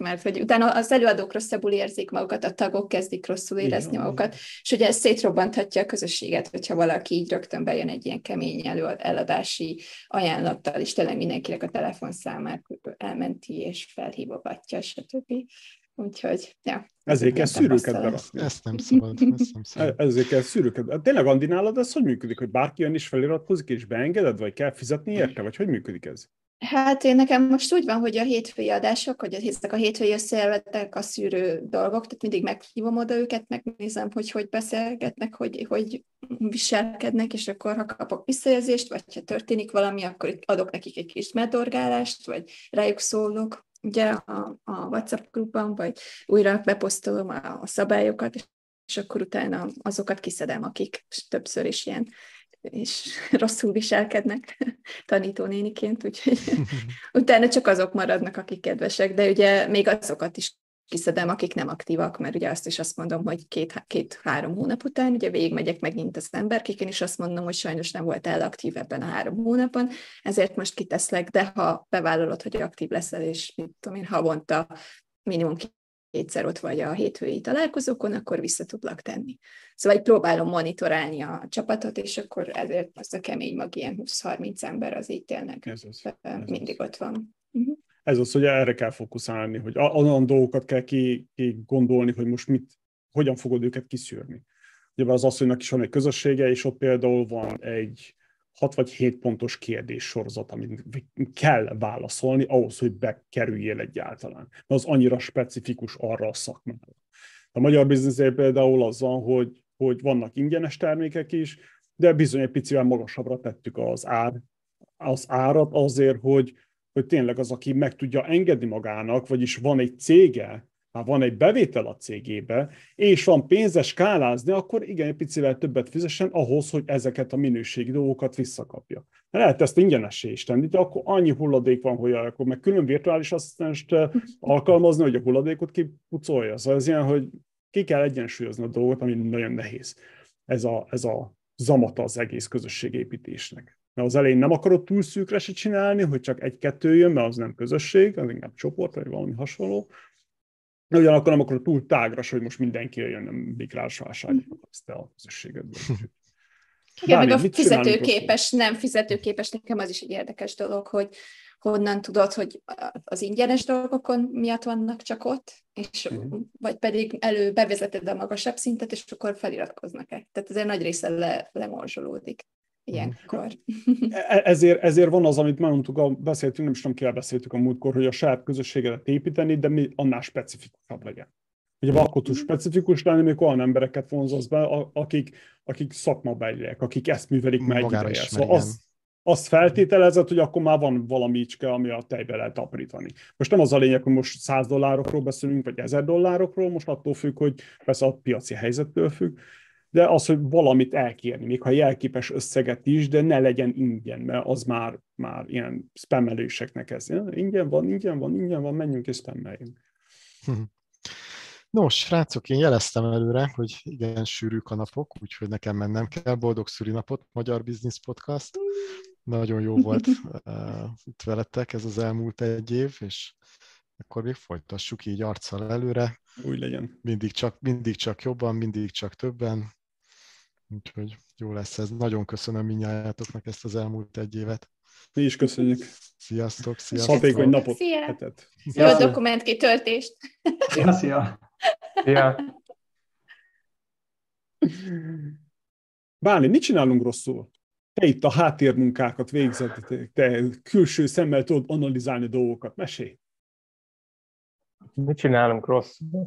[SPEAKER 3] mert hogy utána az előadók rosszabbul érzik magukat, a tagok kezdik rosszul érezni
[SPEAKER 5] Igen,
[SPEAKER 3] magukat, és ugye ez szétrobbanthatja a közösséget, hogyha valaki így rögtön bejön egy ilyen kemény elő- eladási ajánlattal, és tényleg mindenkinek a telefonszámát elmenti, és felhívogatja, stb. Úgyhogy, ja.
[SPEAKER 5] Ezért kell szűrőket berakni.
[SPEAKER 2] Ezt nem szabad. Ezt nem szabad.
[SPEAKER 5] Ezért kell szűrőket. Tényleg, Andi, nálad ez hogy működik, hogy bárki jön is feliratkozik, és beengeded, vagy kell fizetni érte, vagy hogy működik ez?
[SPEAKER 3] Hát én nekem most úgy van, hogy a hétfői adások, hogy hiszek a hétfői összejövetek a szűrő dolgok, tehát mindig meghívom oda őket, megnézem, hogy hogy beszélgetnek, hogy, hogy viselkednek, és akkor ha kapok visszajelzést, vagy ha történik valami, akkor adok nekik egy kis medorgálást, vagy rájuk szólok, ugye a, a WhatsApp grupban, vagy újra beposztolom a, a szabályokat, és akkor utána azokat kiszedem, akik többször is ilyen és rosszul viselkednek tanítónéniként, úgyhogy utána csak azok maradnak, akik kedvesek, de ugye még azokat is kiszedem, akik nem aktívak, mert ugye azt is azt mondom, hogy két, két-három hónap után, ugye végigmegyek megint az emberkéken, és azt mondom, hogy sajnos nem voltál aktív ebben a három hónapban, ezért most kiteszlek, de ha bevállalod, hogy aktív leszel, és mit tudom én, havonta minimum kétszer ott vagy a hétfői találkozókon, akkor vissza tudlak tenni. Szóval így próbálom monitorálni a csapatot, és akkor ezért az a kemény mag, ilyen húsz-harminc ember az így tényleg
[SPEAKER 5] ez az, ez
[SPEAKER 3] mindig
[SPEAKER 5] az.
[SPEAKER 3] ott van. Uh-huh.
[SPEAKER 5] Ez az, hogy erre kell fókuszálni, hogy olyan dolgokat kell ki, ki gondolni, hogy most mit, hogyan fogod őket kiszűrni. Ugye az asszonynak is van egy közössége, és ott például van egy hat vagy hét pontos kérdés sorozat, amit kell válaszolni ahhoz, hogy bekerüljél egyáltalán. Mert az annyira specifikus arra a szakmára. A Magyar Biznisznél például az van, hogy, hogy vannak ingyenes termékek is, de bizony egy picivel magasabbra tettük az, ár, az árat azért, hogy, hogy tényleg az, aki meg tudja engedni magának, vagyis van egy cége, ha van egy bevétel a cégébe, és van pénze skálázni, akkor igen, egy picivel többet fizessen ahhoz, hogy ezeket a minőségi dolgokat visszakapja. Lehet ezt ingyenessé is tenni, de akkor annyi hulladék van, hogy akkor meg külön virtuális asszisztenst alkalmazni, hogy a hulladékot kipucolja. Szóval ez ilyen, hogy ki kell egyensúlyozni a dolgot, ami nagyon nehéz. Ez a, ez a zamata az egész közösségépítésnek. Mert az elején nem akarod túl szűkre se csinálni, hogy csak egy-kettő jön, mert az nem közösség, az inkább csoport, vagy valami hasonló. De ugyanakkor nem akarod túl tágra, hogy most mindenki jön, nem migrás vásárolják ezt a közösségedből.
[SPEAKER 3] Igen, meg a fizetőképes, nem fizetőképes, nekem az is egy érdekes dolog, hogy honnan tudod, hogy az ingyenes dolgokon miatt vannak csak ott, és, uh-huh. vagy pedig elő bevezeted a magasabb szintet, és akkor feliratkoznak-e. Tehát azért nagy része le, lemorzsolódik ilyenkor.
[SPEAKER 5] Ezért, ezért van az, amit már mondtuk, beszéltünk, nem is tudom, kivel beszéltük a múltkor, hogy a saját közösségedet építeni, de mi annál specifikusabb legyen. Ugye akkor tud specifikus lenni, amikor olyan embereket vonzasz be, akik, akik szakmabeliek, akik ezt művelik meg egy ideje. Szóval azt, azt feltételezett, hogy akkor már van valami icske, ami a tejbe lehet aprítani. Most nem az a lényeg, hogy most száz dollárokról beszélünk, vagy ezer dollárokról, most attól függ, hogy persze a piaci helyzettől függ, de az, hogy valamit elkérni, még ha jelképes összeget is, de ne legyen ingyen, mert az már, már ilyen spammelőseknek ez. Ja, ingyen van, ingyen van, ingyen van, menjünk és spammeljünk.
[SPEAKER 2] Nos, srácok, én jeleztem előre, hogy igen, sűrűk a napok, úgyhogy nekem mennem kell. Boldog szülinapot, Magyar Business Podcast. Nagyon jó volt uh, itt veletek ez az elmúlt egy év, és akkor még folytassuk így arccal előre.
[SPEAKER 5] Úgy legyen.
[SPEAKER 2] Mindig csak, mindig csak jobban, mindig csak többen. Úgyhogy jó lesz ez. Nagyon köszönöm mindnyájátoknak ezt az elmúlt egy évet.
[SPEAKER 5] Mi is köszönjük.
[SPEAKER 2] Sziasztok, sziasztok.
[SPEAKER 5] Hatékony napot.
[SPEAKER 3] Szia.
[SPEAKER 5] Hetet.
[SPEAKER 3] Jó a dokument kitöltést.
[SPEAKER 6] Szia, szia.
[SPEAKER 4] Szia.
[SPEAKER 5] Bálint, mit csinálunk rosszul? Te itt a háttérmunkákat végzed, te külső szemmel tudod analizálni dolgokat. Mesélj!
[SPEAKER 4] Mit csinálunk rosszul?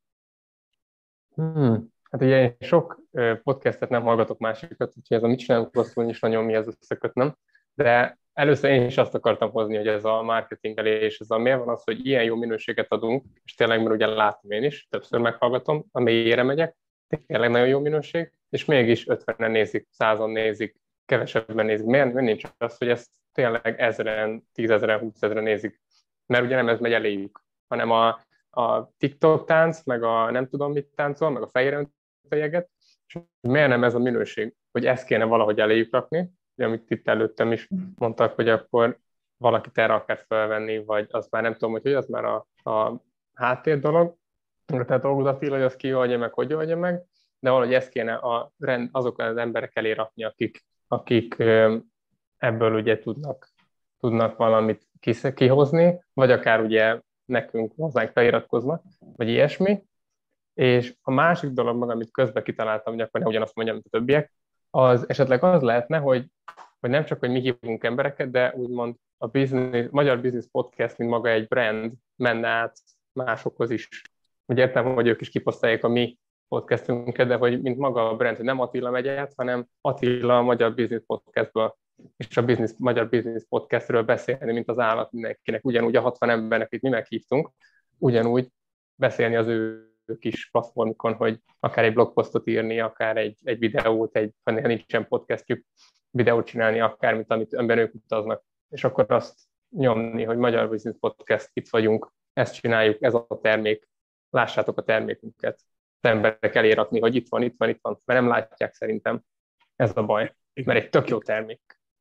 [SPEAKER 4] Hmm. Hát ugye én sok podcastet nem hallgatok másikat, úgyhogy ez a mit csinálunk rosszul is nagyon mihez összekötnem. De először én is azt akartam hozni, hogy ez a marketingelés, ez a miért van az, hogy ilyen jó minőséget adunk, és tényleg, mert ugye látom én is, többször meghallgatom, a mélyére megyek, tényleg nagyon jó minőség, és mégis ötvenen nézik, százan nézik, kevesebben nézik. Miért, miért nincs az, hogy ezt tényleg ezeren, tízezeren, húszezeren nézik? Mert ugye nem ez megy eléjük, hanem a, a TikTok tánc, meg a nem tudom mit táncol, meg a fehér önteljeget, és miért nem ez a minőség, hogy ezt kéne valahogy eléjük rakni, ugye, amit itt előttem is mondtak, hogy akkor valakit erre akar felvenni, vagy azt már nem tudom, hogy, hogy az már a, a háttér dolog, tehát dolgod Attila, hogy azt ki oldja meg, hogy oldja meg, de valahogy ezt kéne a rend, azok az emberek elé rakni, akik, akik ebből ugye tudnak, tudnak valamit kihozni, vagy akár ugye nekünk hozzánk feliratkoznak, vagy ilyesmi. És a másik dolog meg, amit közben kitaláltam, hogy akkor ne ugyanazt mondjam, mint a többiek, az esetleg az lehetne, hogy, hogy nem csak, hogy mi hívunk embereket, de úgymond a business, Magyar Business Podcast, mint maga egy brand menne át másokhoz is. Úgy értem, hogy ők is kiposztálják a mi podcastünket, de hogy mint maga a brand, hogy nem Attila megy át, hanem Attila a Magyar Business Podcastből, és a business, Magyar Business Podcastről beszélni, mint az állat mindenkinek. Ugyanúgy a hatvan embernek, itt mi meghívtunk, ugyanúgy beszélni az ő kis platformukon, hogy akár egy blogposztot írni, akár egy, egy videót, egy, ha nincsen podcastjük, videót csinálni, akármit, amit amiben ők utaznak, és akkor azt nyomni, hogy Magyar Business Podcast, itt vagyunk, ezt csináljuk, ez a termék, lássátok a termékünket, az emberek elé rakni, hogy itt van, itt van, itt van, mert nem látják szerintem, ez a baj, mert egy tök jó termék.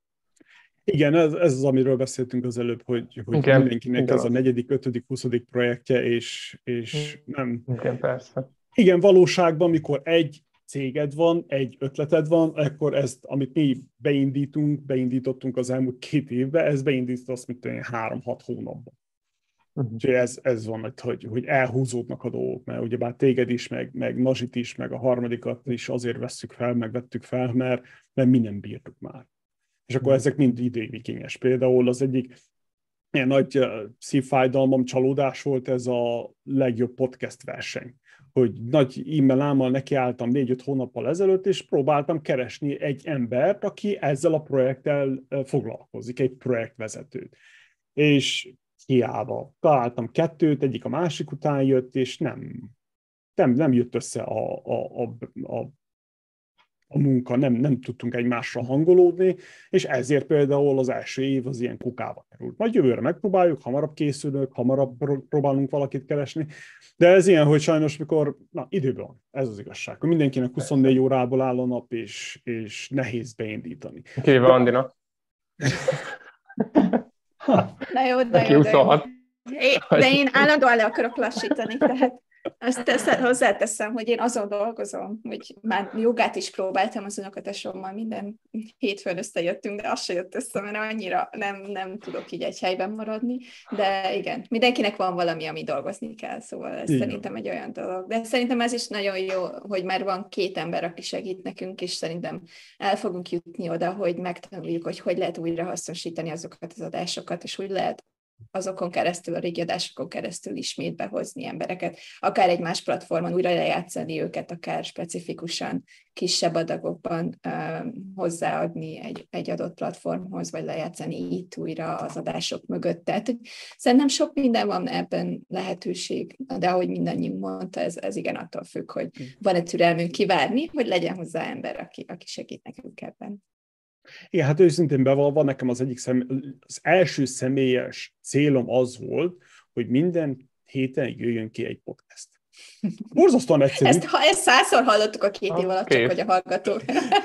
[SPEAKER 5] Igen, ez, ez az, amiről beszéltünk az előbb, hogy, hogy igen, mindenkinek igen, ez a negyedik, ötödik, huszadik projektje, és, és nem...
[SPEAKER 4] Igen, persze.
[SPEAKER 5] Igen, valóságban, amikor egy céged van, egy ötleted van, akkor ezt, amit mi beindítunk, beindítottunk az elmúlt két évben, ez beindítasz, mint olyan három-hat hónapban. Uh-huh. Úgyhogy ez, ez van, hogy, hogy elhúzódnak a dolgok, mert ugyebár téged is, meg, meg Nazsit is, meg a harmadikat is azért vesszük fel, meg vettük fel, mert, mert mi nem bírtuk már. És akkor ezek mind időigényes. Például az egyik ilyen nagy uh, szívfájdalmam, csalódás volt ez a legjobb podcast verseny. Hogy nagy e-mail-ámmal nekiálltam négy-öt hónappal ezelőtt, és próbáltam keresni egy embert, aki ezzel a projekttel uh, foglalkozik, egy projektvezetőt. És hiába. Találtam kettőt, egyik a másik után jött, és nem, nem, nem jött össze a, a, a, a a munka, nem, nem tudtunk egymásra hangolódni, és ezért például az első év az ilyen kukába került. Majd jövőre megpróbáljuk, hamarabb készülünk, hamarabb próbálunk valakit keresni, de ez ilyen, hogy sajnos mikor, na időben van, ez az igazság, hogy mindenkinek huszonnégy órából áll a nap, és, és nehéz beindítani.
[SPEAKER 4] Kivéve Andinak.
[SPEAKER 3] Na jó, de jó, de jó. De én állandóan le akarok lassítani, tehát azt teszem, hozzáteszem, hogy én azon dolgozom, hogy már jogát is próbáltam az unokatesommal, minden hétfőn összejöttünk, de az se jött össze, mert annyira nem, nem tudok így egy helyben maradni, de igen, mindenkinek van valami, ami dolgozni kell, szóval ez igen. Szerintem egy olyan dolog. De szerintem ez is nagyon jó, hogy már van két ember, aki segít nekünk, és szerintem el fogunk jutni oda, hogy megtanuljuk, hogy hogy lehet újra hasznosítani azokat az adásokat, és úgy lehet azokon keresztül, a régi adásokon keresztül ismét behozni embereket, akár egy más platformon újra lejátszani őket, akár specifikusan kisebb adagokban uh, hozzáadni egy, egy adott platformhoz, vagy lejátszani itt újra az adások mögött. Tehát szerintem sok minden van ebben lehetőség, de ahogy mindannyiunk mondta, ez, ez igen attól függ, hogy van-e türelmünk kivárni, hogy legyen hozzá ember, aki, aki segít nekünk ebben.
[SPEAKER 5] Igen, hát őszintén bevallva, nekem az egyik szem, az első személyes célom az volt, hogy minden héten jöjjön ki egy podcast. Borzasztóan egyszerű.
[SPEAKER 3] Ezt, ha ezt százszor hallottuk a két év alatt, csak hogy a hallgatók.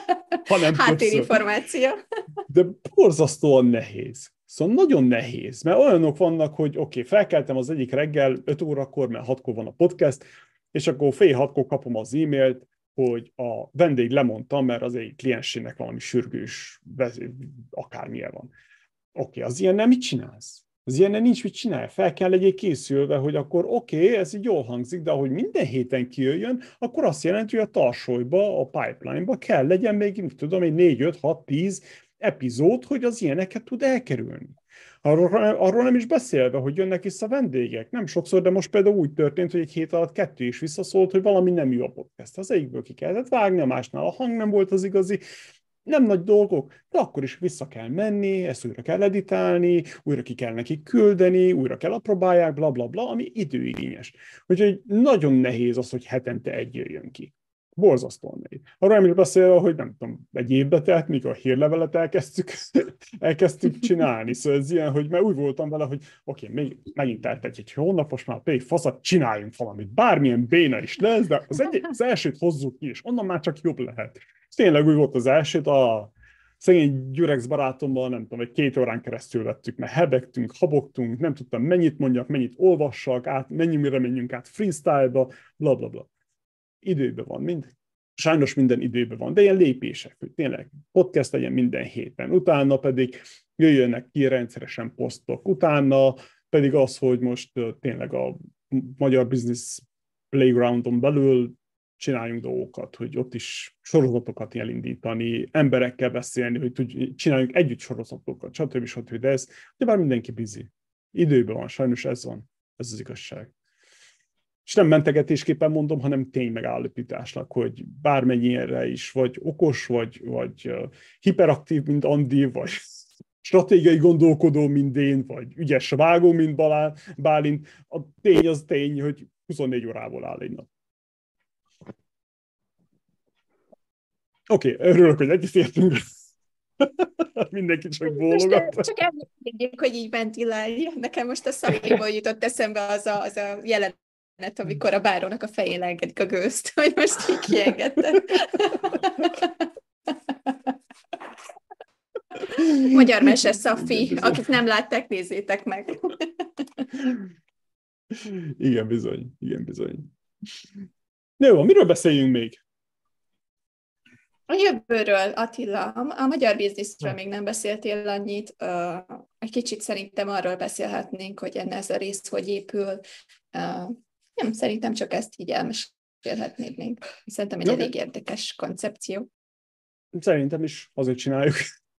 [SPEAKER 3] Háttérinformáció.
[SPEAKER 5] De borzasztóan nehéz. Szóval nagyon nehéz, mert olyanok vannak, hogy oké, okay, felkeltem az egyik reggel öt órakor, mert hatkor van a podcast, és akkor fél hatkor kapom az e-mailt, hogy a vendég lemondta, mert az egy kliensének valami sürgős, akármilyen van. Oké, okay, az ilyennel mit csinálsz? Az ilyennel nincs mit csinálni. Fel kell legyél készülve, hogy akkor oké, okay, ez így jól hangzik, de ahogy minden héten kijöjjön, akkor azt jelenti, hogy a tarsolyba, a pipeline-ba kell legyen még, mit tudom, egy négy, öt, hat, tíz epizód, hogy az ilyeneket tud elkerülni. Arról, arról nem is beszélve, hogy jönnek vissza vendégek. Nem sokszor, de most például úgy történt, hogy egy hét alatt kettő is visszaszólt, hogy valami nem jó a podcast. Az egyikből ki kellett vágni, a másnál a hang nem volt az igazi. Nem nagy dolgok, de akkor is vissza kell menni, ezt újra kell editálni, újra ki kell nekik küldeni, újra kell apróbálják, bla bla bla, ami időigényes. Úgyhogy nagyon nehéz az, hogy hetente egy jöjjön ki. Borzasztóan nehéz. Arról nem is beszélve, hogy nem tudom, egy évbe telt, míg a hírlevelet elkezdtük, elkezdtük csinálni. Szóval ez ilyen, hogy már úgy voltam vele, hogy oké, okay, még megint eltegy egy hónap, most már pedig faszat, csináljunk valamit. Bármilyen béna is lesz, de az, egy, az elsőt hozzuk ki, és onnan már csak jobb lehet. És tényleg úgy volt az elsőt, a szegény Gyurex barátommal, nem tudom, egy két órán keresztül vettük, mert hebegtünk, habogtunk, nem tudtam mennyit mondjak, mennyit olvassak, át, mennyire menjünk át freestyle-ba, bla bla bla. Időben van mind. Sajnos minden időben van, de ilyen lépések, hogy tényleg podcast legyen minden héten, utána pedig jöjjönnek ki rendszeresen posztok, utána pedig az, hogy most uh, tényleg a Magyar Business Playgroundon belül csináljunk dolgokat, hogy ott is sorozatokat elindítani, emberekkel beszélni, hogy tudj, csináljunk együtt sorozatokat, stb. stb. De ez, de bár mindenki busy. Időben van, sajnos ez van, ez az igazság. És nem mentegetésképpen mondom, hanem tény megállapításnak, hogy bármennyire is vagy okos, vagy, vagy uh, hiperaktív, mint Andi, vagy stratégiai gondolkodó, mint én, vagy ügyes vágó, mint Balá, Bálint, a tény az tény, hogy huszonnégy órából áll egy nap. Oké, okay, örülök, hogy egyetértünk. Mindenki csak bólogat.
[SPEAKER 3] Most csak emlékezzük, hogy így ventilálja. Nekem most a szakéból jutott eszembe az a, az a jelenet, amikor a bárónak a fején engedik a gőzt, hogy most így kiengedte. Magyar mese Szafi, akik nem látták, nézzétek meg.
[SPEAKER 5] Igen, bizony, igen, bizony. Jó, miről beszéljünk még?
[SPEAKER 3] A jövőről, Attila, a magyar bizniszről még nem beszéltél annyit. Egy kicsit szerintem arról beszélhetnénk, hogy enne ez a rész hogy épül. Nem, szerintem csak ezt így elmesélhetnéd még. Szerintem egy Jó. elég érdekes koncepció.
[SPEAKER 5] Szerintem is azért csináljuk.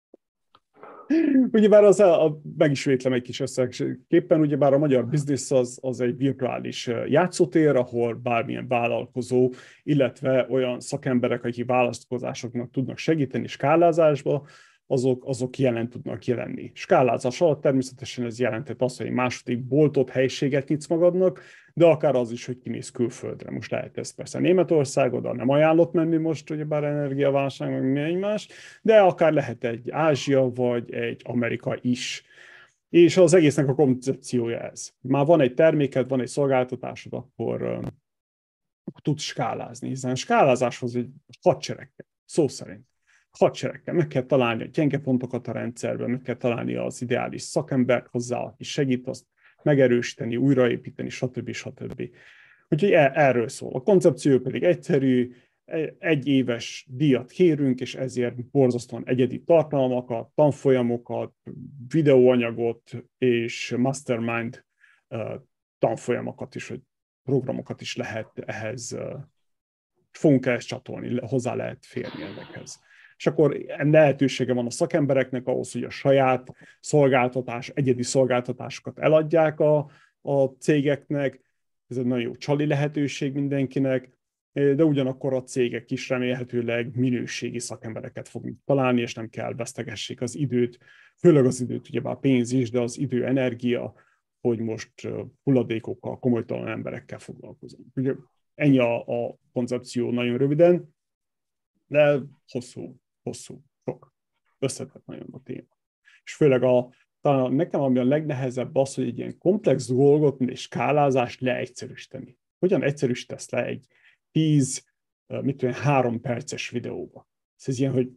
[SPEAKER 5] Ugyebár az a, a, megismétlem egy kis összegképpen, ugyebár a magyar biznisz az, az egy virtuális játszótér, ahol bármilyen vállalkozó, illetve olyan szakemberek, akik választkozásoknak tudnak segíteni skálázásba, azok, azok jelen tudnak jelenni. Skálázás alatt természetesen ez jelentett azt, hogy egy második boltot, helyiséget nyitsz magadnak, de akár az is, hogy kimész külföldre. Most lehet ez persze Németország, oda nem ajánlott menni most, ugyebár energiaválság, meg minden más, de akár lehet egy Ázsia, vagy egy Amerika is. És az egésznek a koncepciója ez. Már van egy terméked, van egy szolgáltatásod, akkor uh, tudsz skálázni, hiszen skálázáshoz egy hadsereg, szó szerint. Hadseregkel. Meg kell találni a gyenge pontokat a rendszerben, meg kell találni az ideális szakembert hozzá, aki segít azt megerősíteni, újraépíteni, stb. stb. Úgyhogy erről szól. A koncepció pedig egyszerű, egy éves díjat kérünk, és ezért borzasztóan egyedi tartalmakat, tanfolyamokat, videóanyagot és mastermind tanfolyamokat is, vagy programokat is lehet ehhez, fogunk ehhez csatolni, hozzá lehet férni ezekhez. És akkor lehetősége van a szakembereknek ahhoz, hogy a saját szolgáltatás, egyedi szolgáltatásokat eladják a, a cégeknek. Ez egy nagyon jó csali lehetőség mindenkinek, de ugyanakkor a cégek is remélhetőleg minőségi szakembereket fognak találni, és nem kell vesztegessék az időt, főleg az időt, ugyebár pénz is, de az idő, energia, hogy most hulladékokkal, komolytalan emberekkel foglalkozunk. Ugye ennyi a, a koncepció nagyon röviden, de hosszú, hosszú, sok, összetett nagyon a téma. És főleg a, talán nekem ami a legnehezebb az, hogy egy ilyen komplex dolgot, mint egy skálázást leegyszerűsíteni. Hogyan egyszerűsítesz le egy tíz, mit tudom, három perces videóba? Ez ilyen, hogy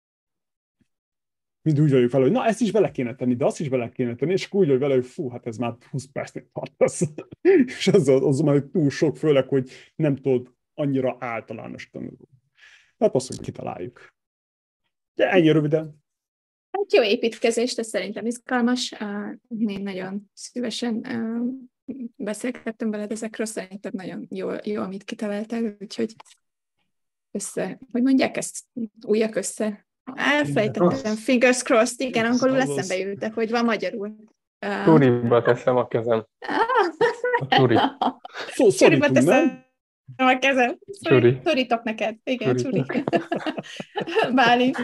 [SPEAKER 5] mind úgy vagyok vele, hogy na, ezt is bele kéne tenni, de azt is bele kéne tenni, és akkor úgy vagy vele, hogy fú, hát ez már húsz percnél tartasz. És az, az már túl sok, főleg, hogy nem tudod annyira általános tanulni. Hát azt, hogy kitaláljuk. De ennyi röviden.
[SPEAKER 3] Hát jó építkezést, ez szerintem izgalmas. Én nagyon szívesen beszélgettem veled ezekről, szerintem nagyon jó, jó amit kitaláltál, úgyhogy össze, hogy mondják ezt, újak össze. Elfelejtettem, fingers crossed, igen, angolul eszembe jöttek, hogy van magyarul.
[SPEAKER 4] Turiba teszem a kezem. A turi.
[SPEAKER 3] Turiba teszem a kezem.
[SPEAKER 4] Csuri.
[SPEAKER 3] Turítok neked. Igen, Csuri. Bálint.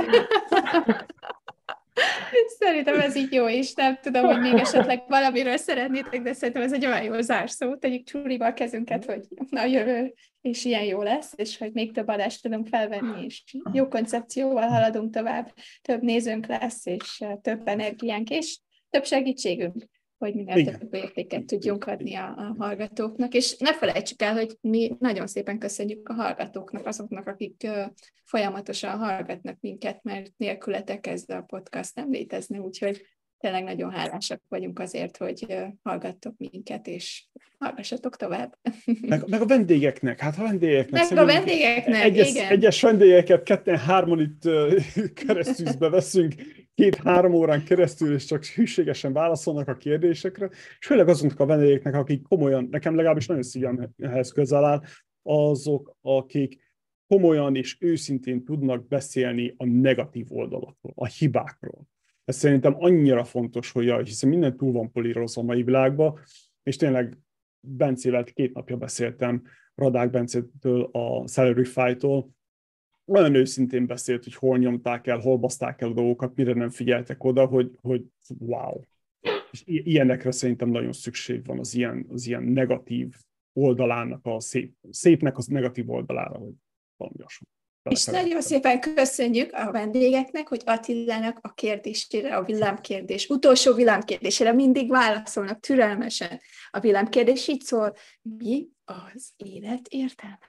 [SPEAKER 3] Szerintem ez így jó, és nem tudom, hogy még esetleg valamiről szeretnétek, de szerintem ez egy olyan jó zárszó. Tegyük Csuriba a kezünket, hogy na jövő, és ilyen jó lesz, és hogy még több adást tudunk felvenni, és jó koncepcióval haladunk tovább, több nézőnk lesz, és több energiánk, és több segítségünk. hogy minél több értéket tudjunk adni a, a hallgatóknak. És ne felejtsük el, hogy mi nagyon szépen köszönjük a hallgatóknak, azoknak, akik uh, folyamatosan hallgatnak minket, mert nélkületek ez a podcast nem létezne, úgyhogy tényleg nagyon hálásak vagyunk azért, hogy uh, hallgattok minket, és hallgassatok tovább.
[SPEAKER 5] Meg, meg a vendégeknek, hát a vendégeknek.
[SPEAKER 3] Meg a vendégeknek,
[SPEAKER 5] egyes,
[SPEAKER 3] igen.
[SPEAKER 5] Egyes vendégeket ketten-hárman itt uh, keresztűzbe veszünk, két-három órán keresztül, és csak hűségesen válaszolnak a kérdésekre, és főleg azoknak a vendégeknek, akik komolyan, nekem legalábbis nagyon szívemhez közel áll, azok, akik komolyan és őszintén tudnak beszélni a negatív oldalakról, a hibákról. Ez szerintem annyira fontos, hogy ja, hiszen minden túl van polírozva a mai világban, és tényleg Bencével két napja beszéltem, Radák Bencétől, a Salarify-tól, olyan őszintén beszélt, hogy hol nyomták el, hol baszták el a dolgokat, mire nem figyeltek oda, hogy, hogy wow. És ilyenekre szerintem nagyon szükség van az ilyen, az ilyen negatív oldalának, a szép, szépnek az negatív oldalára, hogy valami hasonló.
[SPEAKER 3] És nagyon szépen köszönjük a vendégeknek, hogy Attilának a kérdésére, a villámkérdés, utolsó villámkérdésére mindig válaszolnak türelmesen. A villámkérdés így szól, mi az élet értelme?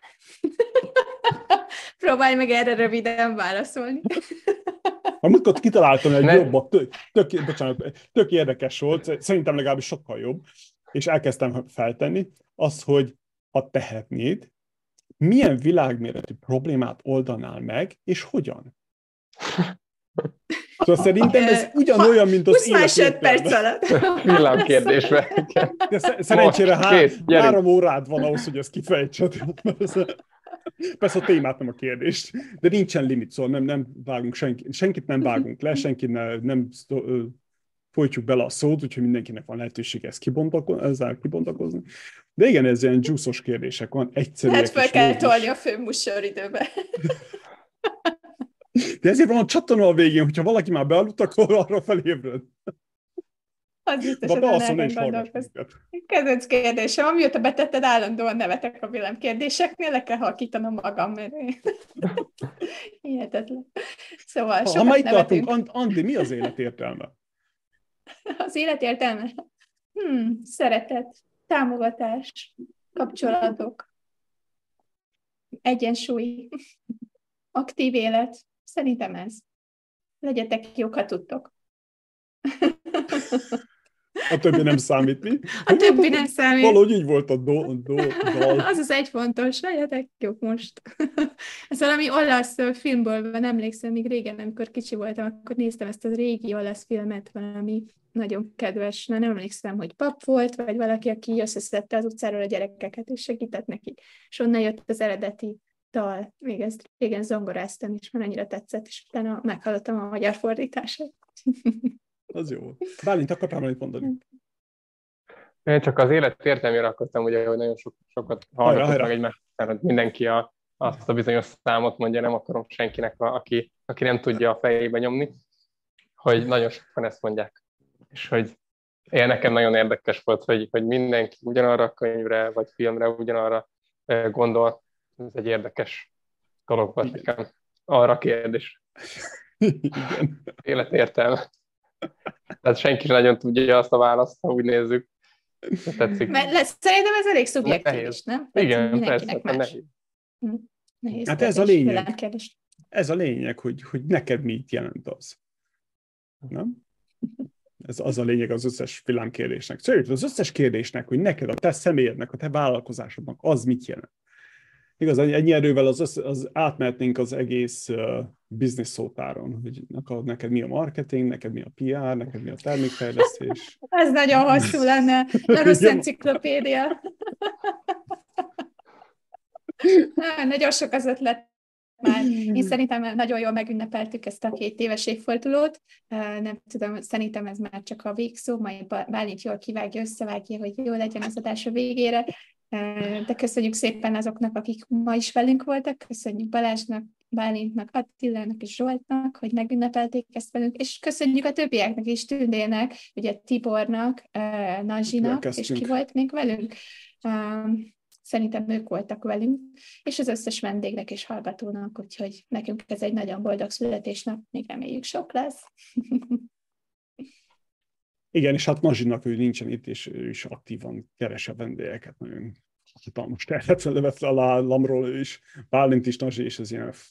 [SPEAKER 3] Próbálj meg erre röviden válaszolni.
[SPEAKER 5] Amikor kitaláltam egy jobbat, tök, tök, bocsánat, tök érdekes volt, szerintem legalábbis sokkal jobb, és elkezdtem feltenni, az, hogy ha tehetnéd, milyen világméretű problémát oldanál meg, és hogyan? Szóval szerintem ez ugyanolyan, mint az élet értelme.
[SPEAKER 4] Villámkérdésbe.
[SPEAKER 5] Szerencsére há- három órád van ahhoz, hogy ezt kifejtsed. Persze a témát, nem a kérdést. De nincsen limit, szóval nem, nem vágunk senki, senkit nem vágunk le, senkit nem, nem folytjuk bele a szót, úgyhogy mindenkinek van lehetőség ezt kibontakozni, ezzel kibontakozni. De igen, ez ilyen dzsúszos kérdések van, egyszerűek.
[SPEAKER 3] Hát fel kell tolni a főműsoridőbe.
[SPEAKER 5] De ezért van a csatorna a végén, hogyha valaki már bealudt, akkor arra felébred.
[SPEAKER 3] Az biztosan nem gondolkoztam. Kedvenc kérdésem, amióta betetted, állandóan nevetek a villámkérdéseknél, le kell halkítanom magam, mert hihetetlen. Szóval
[SPEAKER 5] ha, ha már itt tartunk, Andi, mi az élet értelme?
[SPEAKER 3] Az élet értelme? Hmm, szeretet, támogatás, kapcsolatok, egyensúly, aktív élet. Szerintem ez. Legyetek jók, ha tudtok.
[SPEAKER 5] A többi nem számít, mi?
[SPEAKER 3] A többi nem számít.
[SPEAKER 5] Valahogy így volt a do, do, dal.
[SPEAKER 3] Az az egy fontos, legyetek jók most. Ez valami olasz filmből van, emlékszem, még régen, amikor kicsi voltam, akkor néztem ezt a régi olasz filmet, valami nagyon kedves, na nem emlékszem, hogy pap volt, vagy valaki, aki összeszedte az utcáról a gyerekeket, és segített nekik. És onnan jött az eredeti dal. Még ezt régen zongoráztam, és már annyira tetszett, és utána meghallottam a magyar fordítását.
[SPEAKER 5] Az jó. Bálint, akartál valamit mondani?
[SPEAKER 4] Én csak az élet értelmére akartam, ugye, hogy nagyon sok, sokat hallgatok meg egymást, mert mindenki a, azt a bizonyos számot mondja, nem akarom senkinek, a, aki, aki nem tudja a fejébe nyomni, hogy nagyon sokan ezt mondják. És hogy én nekem nagyon érdekes volt, hogy, hogy mindenki ugyanarra a könyvre, vagy filmre ugyanarra gondol. Ez egy érdekes dolog volt nekem. Arra a kérdés.
[SPEAKER 5] Igen.
[SPEAKER 4] Életértelme. Tehát senki sem nagyon tudja azt a választ, ha úgy nézzük. Tetszik.
[SPEAKER 3] Mert lesz, szerintem ez elég szubjektív is, nem?
[SPEAKER 4] Igen, persze, nehéz.
[SPEAKER 3] nehéz.
[SPEAKER 5] Hát ez a lényeg. Ez a lényeg, hogy, hogy neked mit jelent az. Nem? Ez az a lényeg az összes villámkérdésnek. Szóval az összes kérdésnek, hogy neked, a te személyednek, a te vállalkozásodnak az mit jelent. Igaz, ennyi erővel az, az, az átmehetnénk az egész uh, business szótáron, hogy neked mi a marketing, neked mi a pé er, neked mi a termékfejlesztés.
[SPEAKER 3] Ez nagyon hosszú lenne, a rossz enciklopédia. Nagyon sok az ötlet már. Én szerintem nagyon jól megünnepeltük ezt a két éves évfordulót. Nem tudom, szerintem ez már csak a végszó, majd Bálint jól kivágja, összevágja, hogy jó legyen az adás a végére. De köszönjük szépen azoknak, akik ma is velünk voltak, köszönjük Balázsnak, Bálintnak, Attilának és Zsoltnak, hogy megünnepelték ezt velünk, és köszönjük a többieknek is, Tündének, ugye Tibornak, Nazsinak, és ki volt még velünk? Szerintem ők voltak velünk, és az összes vendégnek és hallgatónak, úgyhogy nekünk ez egy nagyon boldog születésnap, még reméljük sok lesz.
[SPEAKER 5] Igen, és hát Nazsinak ő nincsen itt, és ő is aktívan keres a vendégeket, nagyon hatalmas terhet vett le a lálamról, ő is, Bálint is, Nazsi, és ez ilyen...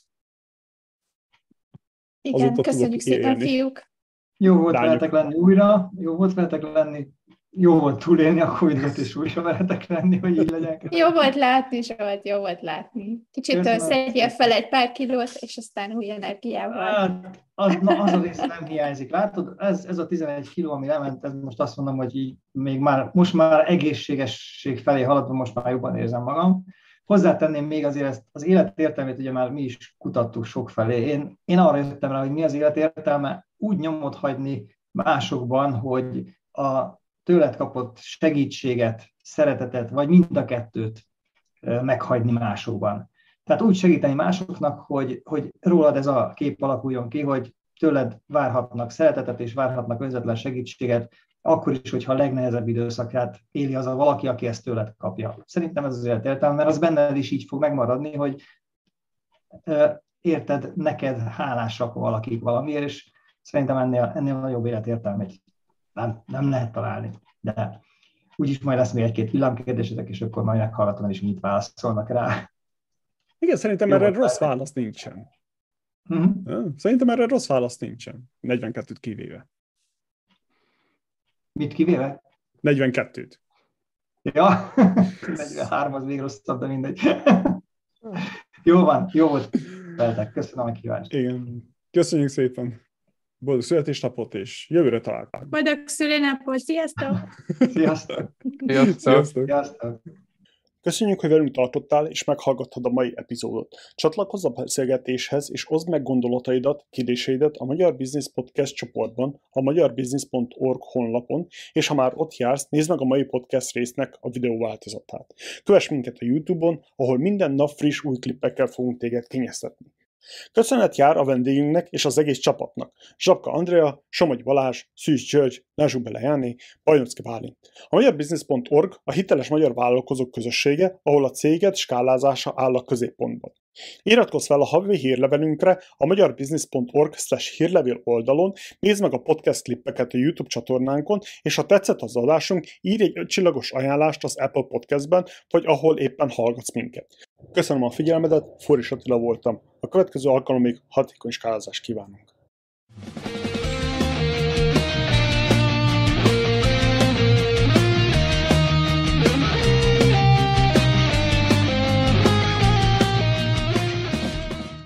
[SPEAKER 3] Igen, köszönjük szépen, fiúk!
[SPEAKER 6] Jó volt veletek lenni újra, jó volt veletek lenni, jó volt túlélni a Covidot, és újra veletek lenni, hogy így legyen.
[SPEAKER 3] Jó volt látni, Zsolt, jó volt látni. Kicsit szedjél fel egy pár kilót, és aztán új energiával.
[SPEAKER 6] Hát, az, na, az a rész nem hiányzik. Látod, ez, ez a tizenegy kiló, ami lement, ez most azt mondom, hogy így még már, most már egészségesség felé haladva, most már jobban érzem magam. Hozzátenném még azért ezt, az életértelmét, ugye már mi is kutattuk sok felé. Én, én arra jöttem rá, hogy mi az életértelme, úgy nyomot hagyni másokban, hogy a tőled kapott segítséget, szeretetet, vagy mind a kettőt meghagyni másokban. Tehát úgy segíteni másoknak, hogy, hogy rólad ez a kép alakuljon ki, hogy tőled várhatnak szeretetet, és várhatnak önzetlen segítséget, akkor is, hogyha a legnehezebb időszakát éli az a valaki, aki ezt tőled kapja. Szerintem ez az életértelme, mert az benned is így fog megmaradni, hogy érted, neked hálásak valakik valamiért, és szerintem ennél, ennél nagyobb életértelmét nem, nem lehet találni. De úgyis majd lesz még egy-két villámkérdésetek, és akkor majd meghallgatom, és mit válaszolnak rá.
[SPEAKER 5] Igen, szerintem erre rossz válasz nincsen. Uh-huh. Szerintem erre rossz válasz nincsen. negyvenkettőt kivéve.
[SPEAKER 6] Mit kivéve?
[SPEAKER 5] negyvenkettőt.
[SPEAKER 6] Ja, negyvenhárom az még rosszabb, de mindegy. Jó van, jó volt veletek. Köszönöm a kívást.
[SPEAKER 5] Igen, köszönjük szépen. Boldog születésnapot, és jövőre találkozunk.
[SPEAKER 3] Boldog szülinapot, sziasztok!
[SPEAKER 6] Sziasztok!
[SPEAKER 4] Sziasztok!
[SPEAKER 6] Sziasztok!
[SPEAKER 1] Köszönjük, hogy velünk tartottál, és meghallgattad a mai epizódot. Csatlakozz a beszélgetéshez, és oszd meg gondolataidat, kérdéseidet a Magyar Business Podcast csoportban, a magyarbusiness pont org honlapon, és ha már ott jársz, nézd meg a mai podcast résznek a videó változatát. Kövess minket a YouTube-on, ahol minden nap friss új klippekkel fogunk téged kényeztetni. Köszönet jár a vendégünknek és az egész csapatnak. Zsapka Andrea, Somogy Balázs, Szűz György, Lázsubele Jáné, Bajnocki Bálint. A magyarbusiness pont org a hiteles magyar vállalkozók közössége, ahol a céged skálázása áll a középpontban. Iratkozz fel a havi hírlevelünkre a magyarbusiness pont org slash hírlevél oldalon, nézd meg a podcast klippeket a YouTube csatornánkon, és ha tetszett az adásunk, írj egy csillagos ajánlást az Apple Podcastben, vagy ahol éppen hallgatsz minket. Köszönöm a figyelmedet, Forris Attila voltam. A következő alkalomig hatékony skálázást kívánunk!